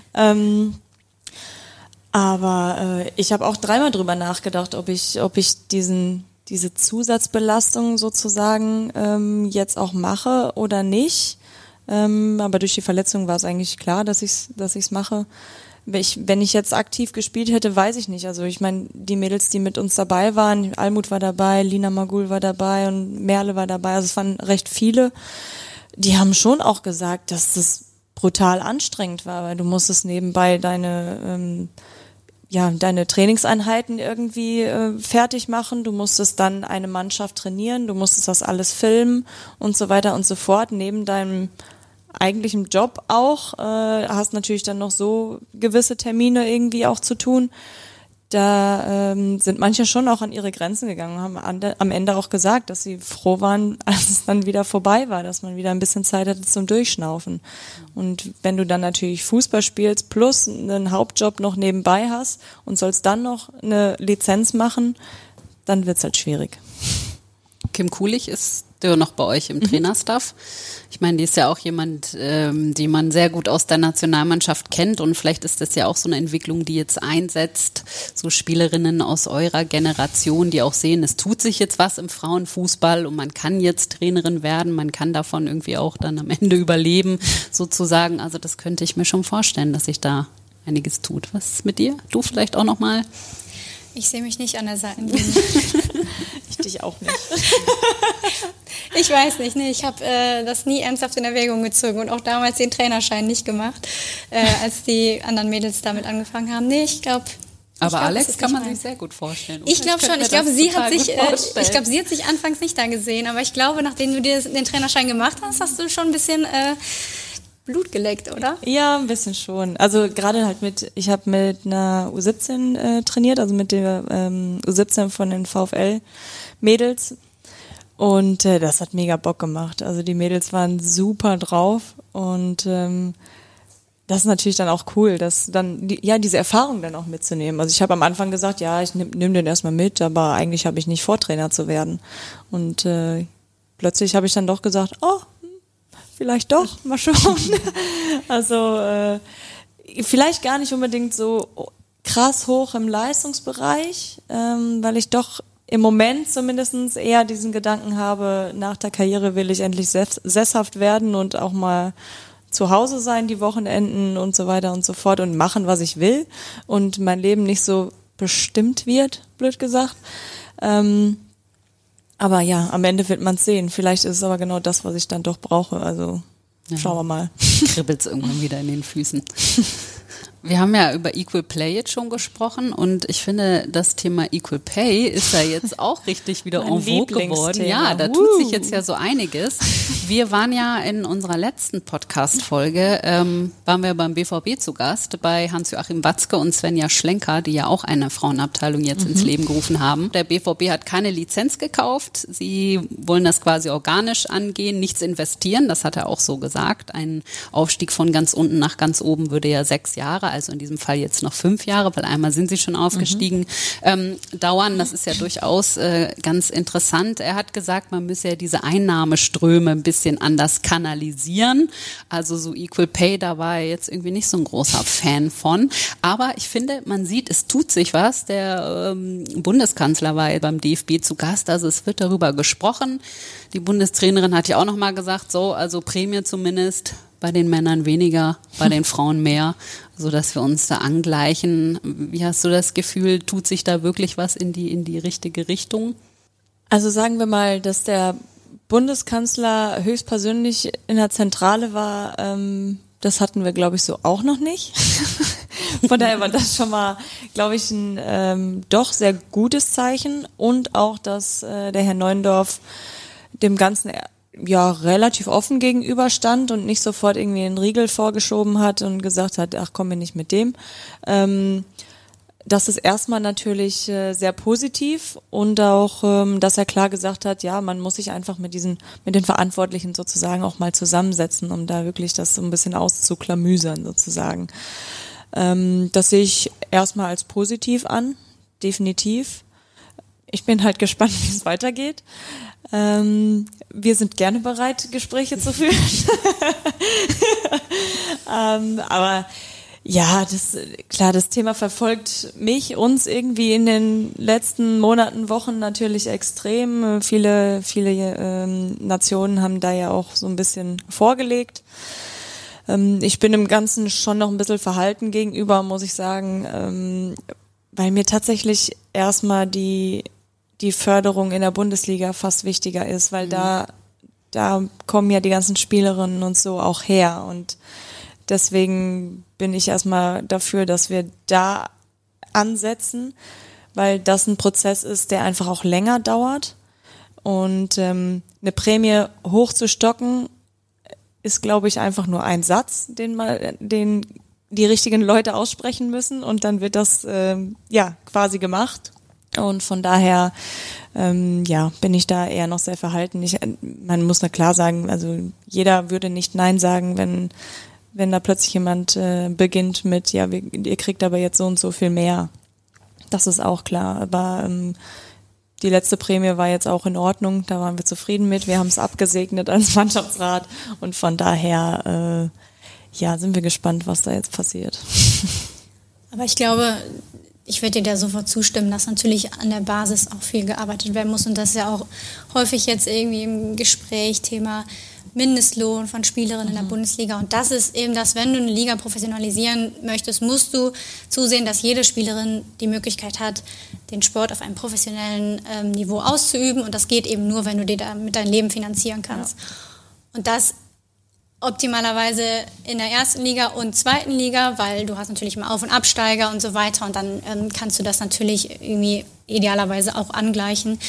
Aber ich habe auch dreimal drüber nachgedacht, ob ich diese Zusatzbelastung sozusagen jetzt auch mache oder nicht. Aber durch die Verletzung war es eigentlich klar, dass ich's mache. wenn ich jetzt aktiv gespielt hätte, weiß ich nicht. Also ich meine, die Mädels, die mit uns dabei waren, Almut war dabei, Lina Magul war dabei und Merle war dabei, also es waren recht viele, die haben schon auch gesagt, dass das brutal anstrengend war, weil du musstest nebenbei deine Trainingseinheiten irgendwie fertig machen, du musstest dann eine Mannschaft trainieren, du musstest das alles filmen und so weiter und so fort, neben deinem eigentlichen Job auch, hast natürlich dann noch so gewisse Termine irgendwie auch zu tun. Da sind manche schon auch an ihre Grenzen gegangen, haben am Ende auch gesagt, dass sie froh waren, als es dann wieder vorbei war, dass man wieder ein bisschen Zeit hatte zum Durchschnaufen. Und wenn du dann natürlich Fußball spielst plus einen Hauptjob noch nebenbei hast und sollst dann noch eine Lizenz machen, dann wird's halt schwierig. Kim Kulich ist ja noch bei euch im Trainerstaff. Ich meine, die ist ja auch jemand, die man sehr gut aus der Nationalmannschaft kennt und vielleicht ist das ja auch so eine Entwicklung, die jetzt einsetzt, so Spielerinnen aus eurer Generation, die auch sehen, es tut sich jetzt was im Frauenfußball und man kann jetzt Trainerin werden, man kann davon irgendwie auch dann am Ende überleben, sozusagen. Also das könnte ich mir schon vorstellen, dass sich da einiges tut. Was ist mit dir? Du vielleicht auch noch mal? Ich sehe mich nicht an der Seitenlinie. Ich dich auch nicht. Ich weiß nicht, nee, ich habe das nie ernsthaft in Erwägung gezogen und auch damals den Trainerschein nicht gemacht, als die anderen Mädels damit angefangen haben. Nee, ich glaube. Aber Alex kann man sich sehr gut vorstellen. Ich glaube schon. Ich glaube, sie hat sich anfangs nicht da gesehen, aber ich glaube, nachdem du dir den Trainerschein gemacht hast, hast du schon ein bisschen Blut geleckt, oder? Ja, ein bisschen schon. Also gerade halt ich habe mit einer U17 trainiert, also mit der U17 von den VfL-Mädels und das hat mega Bock gemacht. Also die Mädels waren super drauf und das ist natürlich dann auch cool, dass dann diese Erfahrung dann auch mitzunehmen. Also ich habe am Anfang gesagt, ja, ich nehm den erstmal mit, aber eigentlich habe ich nicht vor, Trainer zu werden. Und plötzlich habe ich dann doch gesagt, oh, vielleicht doch, mal schauen. Also vielleicht gar nicht unbedingt so krass hoch im Leistungsbereich, weil ich doch im Moment zumindest eher diesen Gedanken habe, nach der Karriere will ich endlich sesshaft werden und auch mal zu Hause sein, die Wochenenden und so weiter und so fort und machen, was ich will und mein Leben nicht so bestimmt wird, blöd gesagt. Aber ja, am Ende wird man es sehen. Vielleicht ist es aber genau das, was ich dann doch brauche. Also schauen wir mal. Kribbelt's irgendwann wieder in den Füßen. Wir haben ja über Equal Play jetzt schon gesprochen und ich finde, das Thema Equal Pay ist ja jetzt auch richtig wieder en vogue geworden. Ja, da tut sich jetzt ja so einiges. Wir waren ja in unserer letzten Podcast-Folge, waren wir beim BVB zu Gast, bei Hans-Joachim Watzke und Svenja Schlenker, die ja auch eine Frauenabteilung jetzt ins Leben gerufen haben. Der BVB hat keine Lizenz gekauft. Sie wollen das quasi organisch angehen, nichts investieren. Das hat er auch so gesagt. Ein Aufstieg von ganz unten nach ganz oben würde ja 6 Jahre, also in diesem Fall jetzt noch 5 Jahre, weil einmal sind sie schon aufgestiegen, dauern. Das ist ja durchaus ganz interessant. Er hat gesagt, man müsse ja diese Einnahmeströme ein bisschen anders kanalisieren. Also so Equal Pay, da war er jetzt irgendwie nicht so ein großer Fan von. Aber ich finde, man sieht, es tut sich was. Der Bundeskanzler war ja beim DFB zu Gast, also es wird darüber gesprochen. Die Bundestrainerin hat ja auch nochmal gesagt, so, also Prämie zumindest, bei den Männern weniger, bei den Frauen mehr, so dass wir uns da angleichen. Wie hast du das Gefühl, tut sich da wirklich was in die richtige Richtung? Also sagen wir mal, dass der Bundeskanzler höchstpersönlich in der Zentrale war, das hatten wir, glaube ich, so auch noch nicht. Von daher war das schon mal, glaube ich, ein doch sehr gutes Zeichen und auch, dass der Herr Neuendorf dem Ganzen ja relativ offen gegenüberstand und nicht sofort irgendwie einen Riegel vorgeschoben hat und gesagt hat, ach komm mir nicht mit dem. Das ist erstmal natürlich sehr positiv und auch, dass er klar gesagt hat, ja, man muss sich einfach mit den Verantwortlichen sozusagen auch mal zusammensetzen, um da wirklich das so ein bisschen auszuklamüsern sozusagen. Das sehe ich erstmal als positiv an, definitiv. Ich bin halt gespannt, wie es weitergeht. Wir sind gerne bereit, Gespräche zu führen. Aber ja, das Thema verfolgt uns irgendwie in den letzten Monaten, Wochen natürlich extrem. Viele Nationen haben da ja auch so ein bisschen vorgelegt. Ich bin im Ganzen schon noch ein bisschen verhalten gegenüber, muss ich sagen, weil mir tatsächlich erstmal die Förderung in der Bundesliga fast wichtiger ist, weil da kommen ja die ganzen Spielerinnen und so auch her und deswegen bin ich erstmal dafür, dass wir da ansetzen, weil das ein Prozess ist, der einfach auch länger dauert und eine Prämie hochzustocken ist, glaube ich, einfach nur ein Satz, den die richtigen Leute aussprechen müssen und dann wird das quasi gemacht. Und von daher bin ich da eher noch sehr verhalten. Man muss na klar sagen, also jeder würde nicht Nein sagen, wenn da plötzlich jemand beginnt mit, ja, ihr kriegt aber jetzt so und so viel mehr. Das ist auch klar. Aber die letzte Prämie war jetzt auch in Ordnung, da waren wir zufrieden mit. Wir haben es abgesegnet als Mannschaftsrat und von daher sind wir gespannt, was da jetzt passiert. Aber ich glaube, ich würde dir da sofort zustimmen, dass natürlich an der Basis auch viel gearbeitet werden muss und das ist ja auch häufig jetzt irgendwie im Gespräch Thema Mindestlohn von Spielerinnen in der Bundesliga und das ist eben das, wenn du eine Liga professionalisieren möchtest, musst du zusehen, dass jede Spielerin die Möglichkeit hat, den Sport auf einem professionellen Niveau auszuüben und das geht eben nur, wenn du dir damit dein Leben finanzieren kannst. Ja. Und das optimalerweise in der ersten Liga und zweiten Liga, weil du hast natürlich immer Auf- und Absteiger und so weiter und dann kannst du das natürlich irgendwie idealerweise auch angleichen.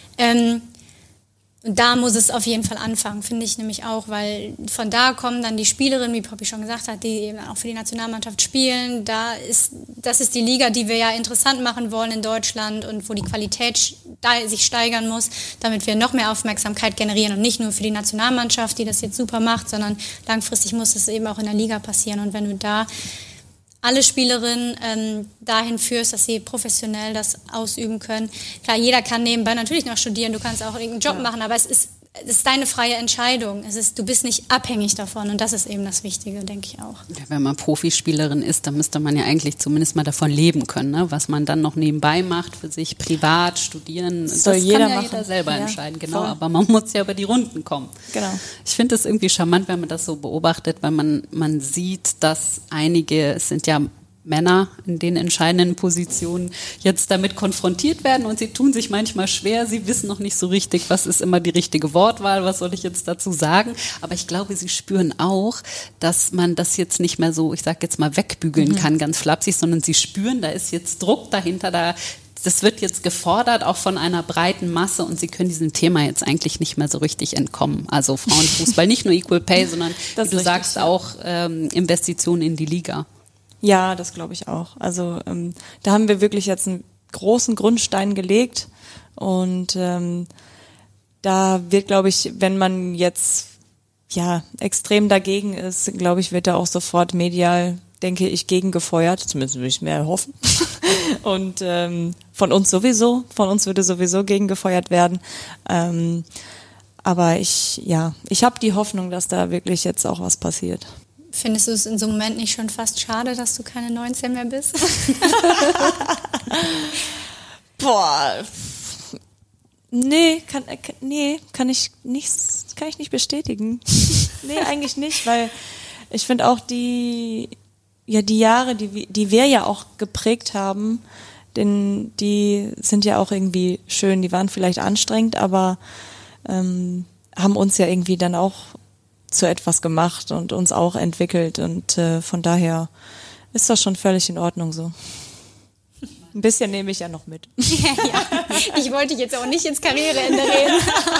Und da muss es auf jeden Fall anfangen, finde ich nämlich auch, weil von da kommen dann die Spielerinnen, wie Poppy schon gesagt hat, die eben auch für die Nationalmannschaft spielen. Das ist die Liga, die wir ja interessant machen wollen in Deutschland und wo die Qualität sich steigern muss, damit wir noch mehr Aufmerksamkeit generieren und nicht nur für die Nationalmannschaft, die das jetzt super macht, sondern langfristig muss es eben auch in der Liga passieren. Und wenn du da alle Spielerinnen dahin führst, dass sie professionell das ausüben können. Klar, jeder kann nebenbei natürlich noch studieren, du kannst auch irgendeinen Job machen, aber es ist deine freie Entscheidung. Du bist nicht abhängig davon und das ist eben das Wichtige, denke ich auch. Ja, wenn man Profispielerin ist, dann müsste man ja eigentlich zumindest mal davon leben können, ne? Was man dann noch nebenbei macht für sich, privat, studieren, das kann ja jeder selber entscheiden, genau. Voll. Aber man muss ja über die Runden kommen. Genau. Ich finde es irgendwie charmant, wenn man das so beobachtet, weil man sieht, dass einige, es sind ja Männer in den entscheidenden Positionen jetzt damit konfrontiert werden und sie tun sich manchmal schwer, sie wissen noch nicht so richtig, was ist immer die richtige Wortwahl, was soll ich jetzt dazu sagen, aber ich glaube, sie spüren auch, dass man das jetzt nicht mehr so, ich sag jetzt mal wegbügeln kann, ganz flapsig, sondern sie spüren, da ist jetzt Druck dahinter, das wird jetzt gefordert, auch von einer breiten Masse und sie können diesem Thema jetzt eigentlich nicht mehr so richtig entkommen. Also Frauenfußball, nicht nur Equal Pay, sondern wie du sagst, auch Investitionen in die Liga. Ja, das glaube ich auch. Also da haben wir wirklich jetzt einen großen Grundstein gelegt und da wird, glaube ich, wenn man jetzt extrem dagegen ist, glaube ich, wird da auch sofort medial, denke ich, gegengefeuert. Zumindest würde ich mir hoffen. Und von uns würde sowieso gegengefeuert werden. Aber ich habe die Hoffnung, dass da wirklich jetzt auch was passiert. Findest du es in so einem Moment nicht schon fast schade, dass du keine 19 mehr bist? Boah. Nee, kann ich nicht bestätigen. Nee, eigentlich nicht, weil ich finde auch die Jahre, die wir ja auch geprägt haben, denn die sind ja auch irgendwie schön, die waren vielleicht anstrengend, aber haben uns ja irgendwie dann auch zu etwas gemacht und uns auch entwickelt und von daher ist das schon völlig in Ordnung so. Ein bisschen nehme ich ja noch mit. Ja. Ich wollte jetzt auch nicht ins Karriereende reden.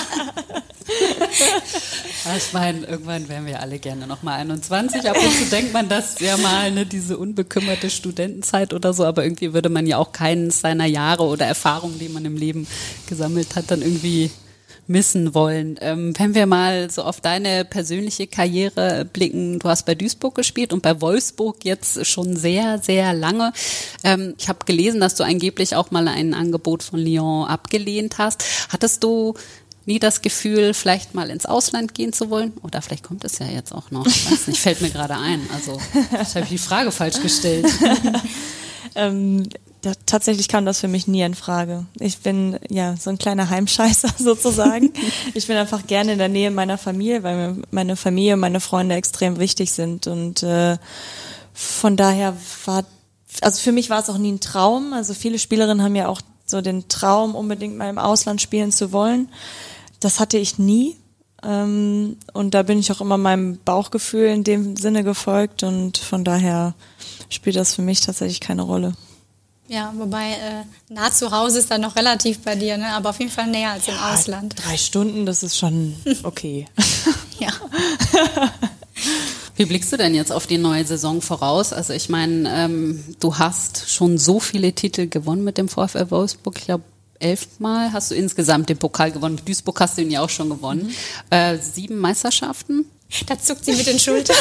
Ich meine, irgendwann wären wir alle gerne noch mal 21. Ab und zu denkt man, das wäre mal diese unbekümmerte Studentenzeit oder so, aber irgendwie würde man ja auch keinen seiner Jahre oder Erfahrungen, die man im Leben gesammelt hat, dann irgendwie missen wollen. Wenn wir mal so auf deine persönliche Karriere blicken, du hast bei Duisburg gespielt und bei Wolfsburg jetzt schon sehr, sehr lange. Ich habe gelesen, dass du angeblich auch mal ein Angebot von Lyon abgelehnt hast. Hattest du nie das Gefühl, vielleicht mal ins Ausland gehen zu wollen? Oder vielleicht kommt es ja jetzt auch noch. Ich weiß nicht, fällt mir gerade ein. Also, ich habe die Frage falsch gestellt. tatsächlich kam das für mich nie in Frage. Ich bin ja so ein kleiner Heimscheißer sozusagen. Ich bin einfach gerne in der Nähe meiner Familie, weil mir meine Familie und meine Freunde extrem wichtig sind. Und von daher also für mich war es auch nie ein Traum. Also viele Spielerinnen haben ja auch so den Traum, unbedingt mal im Ausland spielen zu wollen. Das hatte ich nie. Und da bin ich auch immer meinem Bauchgefühl in dem Sinne gefolgt. Und von daher spielt das für mich tatsächlich keine Rolle. Ja, wobei nah zu Hause ist dann noch relativ bei dir, ne? Aber auf jeden Fall näher als im Ausland. 3 Stunden, das ist schon okay. Ja. Wie blickst du denn jetzt auf die neue Saison voraus? Also ich meine, du hast schon so viele Titel gewonnen mit dem VfL Wolfsburg. Ich glaube, 11 Mal hast du insgesamt den Pokal gewonnen. Mit Duisburg hast du ihn ja auch schon gewonnen. 7 Meisterschaften. Da zuckt sie mit den Schultern.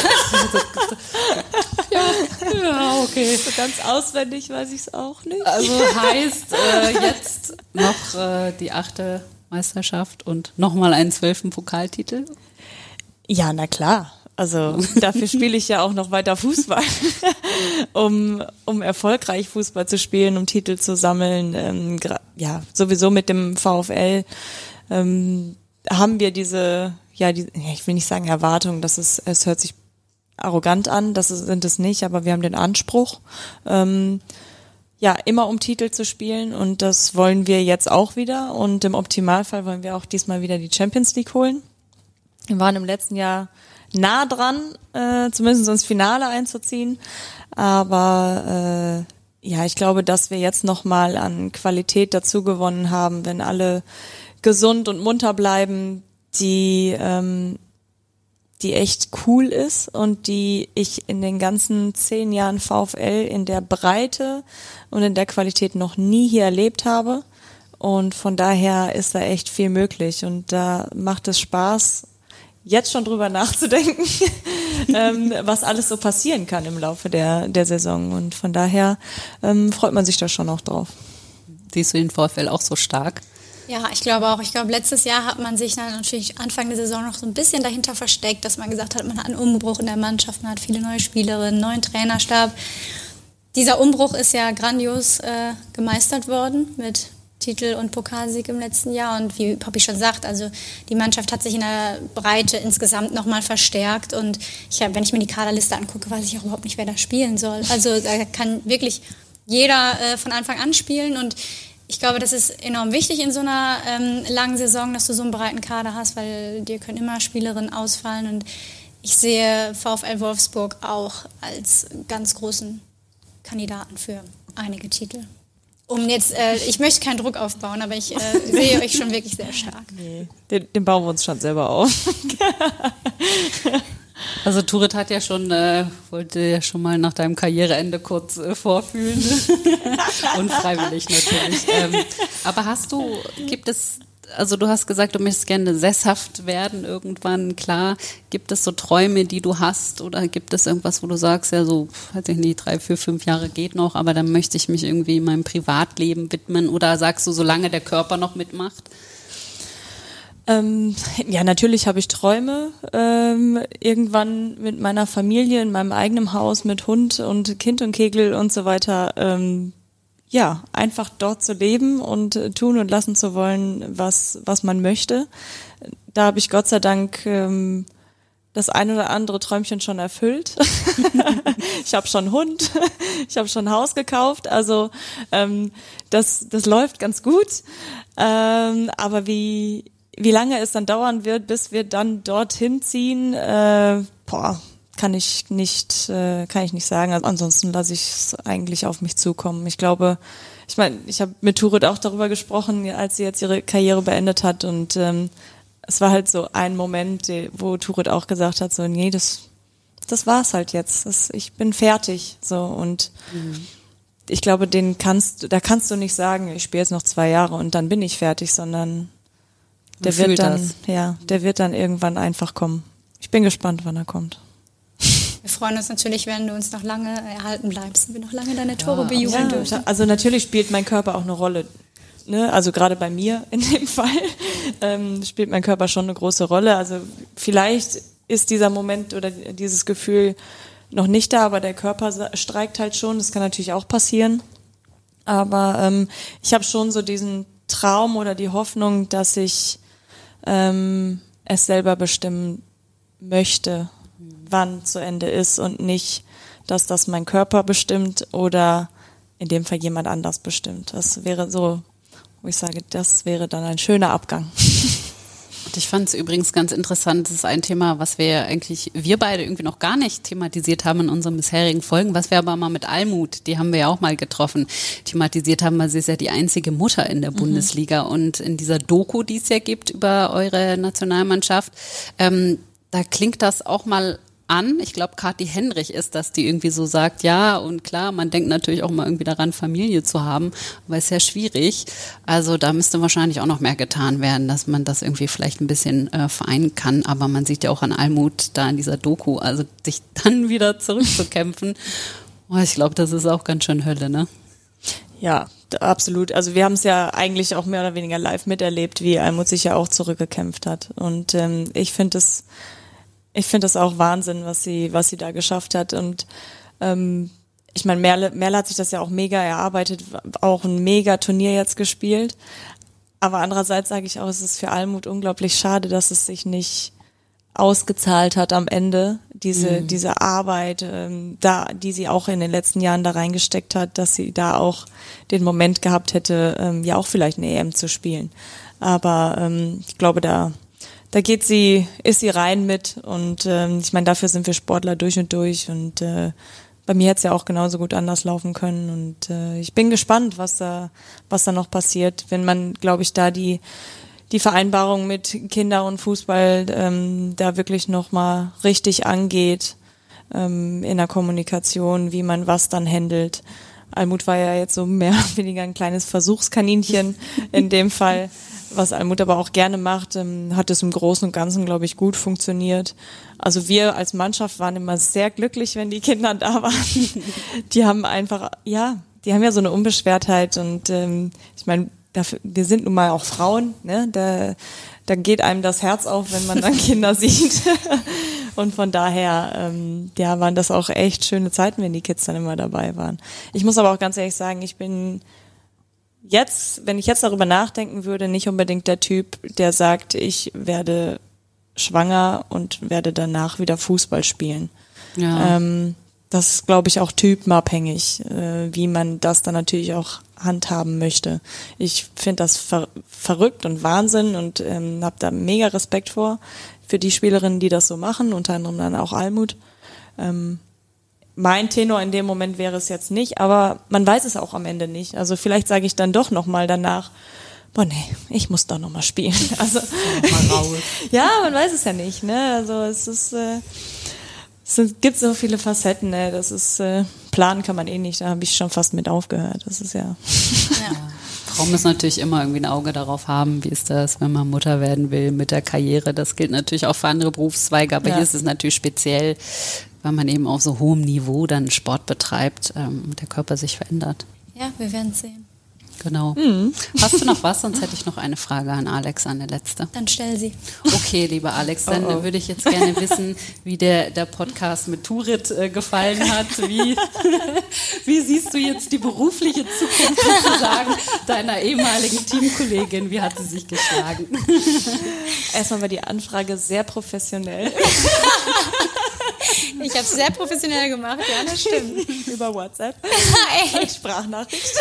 Ja, okay. So ganz auswendig weiß ich es auch nicht. Also heißt jetzt noch die 8. Meisterschaft und nochmal einen 12. Pokaltitel? Ja, na klar. Also dafür spiele ich ja auch noch weiter Fußball, um erfolgreich Fußball zu spielen, um Titel zu sammeln. Ja, sowieso mit dem VfL haben wir diese, ich will nicht sagen Erwartung, es hört sich arrogant an, sind es nicht, aber wir haben den Anspruch, immer um Titel zu spielen und das wollen wir jetzt auch wieder und im Optimalfall wollen wir auch diesmal wieder die Champions League holen. Wir waren im letzten Jahr nah dran, zumindest ins Finale einzuziehen, aber ich glaube, dass wir jetzt nochmal an Qualität dazu gewonnen haben, wenn alle gesund und munter bleiben, die echt cool ist und die ich in den ganzen 10 Jahren VfL in der Breite und in der Qualität noch nie hier erlebt habe. Und von daher ist da echt viel möglich und da macht es Spaß, jetzt schon drüber nachzudenken, was alles so passieren kann im Laufe der Saison. Und von daher freut man sich da schon auch drauf. Siehst du den VfL auch so stark? Ja, ich glaube auch. Ich glaube, letztes Jahr hat man sich dann natürlich Anfang der Saison noch so ein bisschen dahinter versteckt, dass man gesagt hat, man hat einen Umbruch in der Mannschaft, man hat viele neue Spielerinnen, neuen Trainerstab. Dieser Umbruch ist ja grandios gemeistert worden mit Titel und Pokalsieg im letzten Jahr. Und wie Poppy schon sagt, also die Mannschaft hat sich in der Breite insgesamt nochmal verstärkt. Und wenn ich mir die Kaderliste angucke, weiß ich auch überhaupt nicht, wer da spielen soll. Also da kann wirklich jeder von Anfang an spielen. Und ich glaube, das ist enorm wichtig in so einer langen Saison, dass du so einen breiten Kader hast, weil dir können immer Spielerinnen ausfallen. Und ich sehe VfL Wolfsburg auch als ganz großen Kandidaten für einige Titel. Ich möchte keinen Druck aufbauen, aber ich sehe euch schon wirklich sehr stark. Nee, den bauen wir uns schon selber auf. Also Turit hat ja wollte ja schon mal nach deinem Karriereende kurz vorfühlen. Unfreiwillig natürlich. Aber du hast gesagt, du möchtest gerne sesshaft werden irgendwann, klar. Gibt es so Träume, die du hast oder gibt es irgendwas, wo du sagst, ja so, weiß ich nicht, 3, 4, 5 Jahre geht noch, aber dann möchte ich mich irgendwie meinem Privatleben widmen oder sagst du, solange der Körper noch mitmacht? Ja, natürlich habe ich Träume, irgendwann mit meiner Familie in meinem eigenen Haus mit Hund und Kind und Kegel und so weiter, einfach dort zu leben und tun und lassen zu wollen, was man möchte. Da habe ich Gott sei Dank das ein oder andere Träumchen schon erfüllt. Ich habe schon einen Hund, ich habe schon ein Haus gekauft, also das läuft ganz gut. Aber wie lange es dann dauern wird, bis wir dann dorthin ziehen, kann ich nicht sagen. Also ansonsten lasse ich es eigentlich auf mich zukommen. Ich glaube, ich habe mit Turit auch darüber gesprochen, als sie jetzt ihre Karriere beendet hat und es war halt so ein Moment, wo Turit auch gesagt hat, so nee, das war's halt jetzt. Ich bin fertig, so und ich glaube, da kannst du nicht sagen, ich spiele jetzt noch 2 Jahre und dann bin ich fertig, sondern der wird dann irgendwann einfach kommen. Ich bin gespannt, wann er kommt. Wir freuen uns natürlich, wenn du uns noch lange erhalten bleibst und wir noch lange deine Tore bejubeln dürfen. Also natürlich spielt mein Körper auch eine Rolle. Ne? Also gerade bei mir in dem Fall spielt mein Körper schon eine große Rolle. Also vielleicht ist dieser Moment oder dieses Gefühl noch nicht da, aber der Körper streikt halt schon. Das kann natürlich auch passieren. Aber ich habe schon so diesen Traum oder die Hoffnung, dass ich es selber bestimmen möchte, wann zu Ende ist und nicht, dass das mein Körper bestimmt oder in dem Fall jemand anders bestimmt. Das wäre so, wo ich sage, das wäre dann ein schöner Abgang. Und ich fand es übrigens ganz interessant, das ist ein Thema, was wir beide irgendwie noch gar nicht thematisiert haben in unseren bisherigen Folgen, was wir aber mal mit Almut, die haben wir ja auch mal getroffen, thematisiert haben, weil sie ist ja die einzige Mutter in der Bundesliga und in dieser Doku, die es ja gibt über eure Nationalmannschaft, da klingt das auch mal an. Ich glaube, Kathi Henrich ist das, die irgendwie so sagt, ja und klar, man denkt natürlich auch mal irgendwie daran, Familie zu haben, aber es ist ja schwierig. Also da müsste wahrscheinlich auch noch mehr getan werden, dass man das irgendwie vielleicht ein bisschen vereinen kann. Aber man sieht ja auch an Almut da in dieser Doku, also sich dann wieder zurückzukämpfen. Oh, ich glaube, das ist auch ganz schön Hölle, ne? Ja, absolut. Also wir haben es ja eigentlich auch mehr oder weniger live miterlebt, wie Almut sich ja auch zurückgekämpft hat. Und ich finde das auch Wahnsinn, was sie da geschafft hat. Und ich meine, Merle hat sich das ja auch mega erarbeitet, auch ein mega Turnier jetzt gespielt. Aber andererseits sage ich auch, es ist für Almut unglaublich schade, dass es sich nicht ausgezahlt hat am Ende, diese Arbeit, die sie auch in den letzten Jahren da reingesteckt hat, dass sie da auch den Moment gehabt hätte, ja auch vielleicht eine EM zu spielen. Aber ich glaube, da ist sie rein mit und ich meine, dafür sind wir Sportler durch und durch und bei mir hätte es ja auch genauso gut anders laufen können und ich bin gespannt, was da noch passiert, wenn man, glaube ich, da die Vereinbarung mit Kinder und Fußball da wirklich nochmal richtig angeht in der Kommunikation, wie man was dann handelt. Almut war ja jetzt so mehr oder weniger ein kleines Versuchskaninchen in dem Fall. Was Almut aber auch gerne macht, hat es im Großen und Ganzen, glaube ich, gut funktioniert. Also wir als Mannschaft waren immer sehr glücklich, wenn die Kinder da waren. Die haben einfach, die haben ja so eine Unbeschwertheit und ich meine, wir sind nun mal auch Frauen, ne? Da geht einem das Herz auf, wenn man dann Kinder sieht. Und von daher, waren das auch echt schöne Zeiten, wenn die Kids dann immer dabei waren. Ich muss aber auch ganz ehrlich sagen, ich bin jetzt, wenn ich jetzt darüber nachdenken würde, nicht unbedingt der Typ, der sagt, ich werde schwanger und werde danach wieder Fußball spielen. Ja. Das ist, glaube ich, auch typenabhängig, wie man das dann natürlich auch handhaben möchte. Ich finde das verrückt und Wahnsinn und habe da mega Respekt für die Spielerinnen, die das so machen, unter anderem dann auch Almut. Mein Tenor in dem Moment wäre es jetzt nicht, aber man weiß es auch am Ende nicht. Also vielleicht sage ich dann doch nochmal danach, boah nee, ich muss doch nochmal spielen. Also mal raus. Ja, man weiß es ja nicht, ne? Also es gibt so viele Facetten, ne? Das ist planen kann man eh nicht, da habe ich schon fast mit aufgehört. Das ist ja. Traum ist natürlich immer irgendwie ein Auge darauf haben, wie ist das, wenn man Mutter werden will mit der Karriere. Das gilt natürlich auch für andere Berufszweige, aber hier ist es natürlich speziell, weil man eben auf so hohem Niveau dann Sport betreibt und der Körper sich verändert. Ja, wir werden es sehen. Genau. Hast du noch was? Sonst hätte ich noch eine Frage an Alex, eine letzte. Dann stell sie. Okay, lieber Alex, dann würde ich jetzt gerne wissen, wie der Podcast mit Turit gefallen hat. Wie siehst du jetzt die berufliche Zukunft sozusagen deiner ehemaligen Teamkollegin? Wie hat sie sich geschlagen? Erstmal war die Anfrage sehr professionell. Ich habe es sehr professionell gemacht, ja, das stimmt. Über WhatsApp. Sprachnachricht.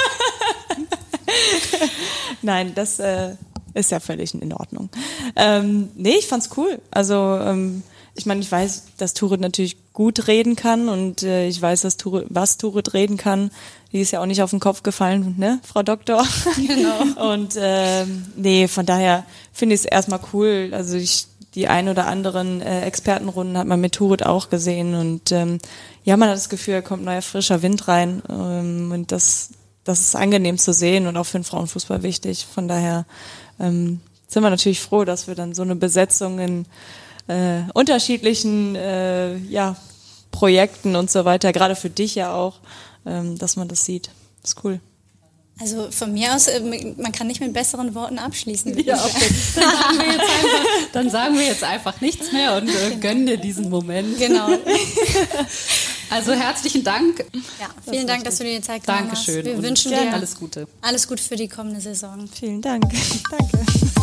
Nein, das ist ja völlig in Ordnung. Nee, ich fand's cool. Also ich meine, ich weiß, dass Turit natürlich gut reden kann und ich weiß, was Turit reden kann. Die ist ja auch nicht auf den Kopf gefallen, ne, Frau Doktor? Genau. Und nee, von daher finde ich es erstmal cool. Also die ein oder anderen Expertenrunden hat man mit Turit auch gesehen und man hat das Gefühl, da kommt neuer frischer Wind rein und das ist angenehm zu sehen und auch für den Frauenfußball wichtig. Von daher sind wir natürlich froh, dass wir dann so eine Besetzung in unterschiedlichen Projekten und so weiter, gerade für dich ja auch, dass man das sieht. Das ist cool. Also von mir aus, man kann nicht mit besseren Worten abschließen. Ja, okay. Dann sagen wir jetzt einfach nichts mehr und gönnen dir diesen Moment. Genau. Also herzlichen Dank. Ja, vielen Dank, dass du dir die Zeit genommen hast. Dankeschön. Wir und wünschen dir alles Gute. Alles Gute für die kommende Saison. Vielen Dank. Danke.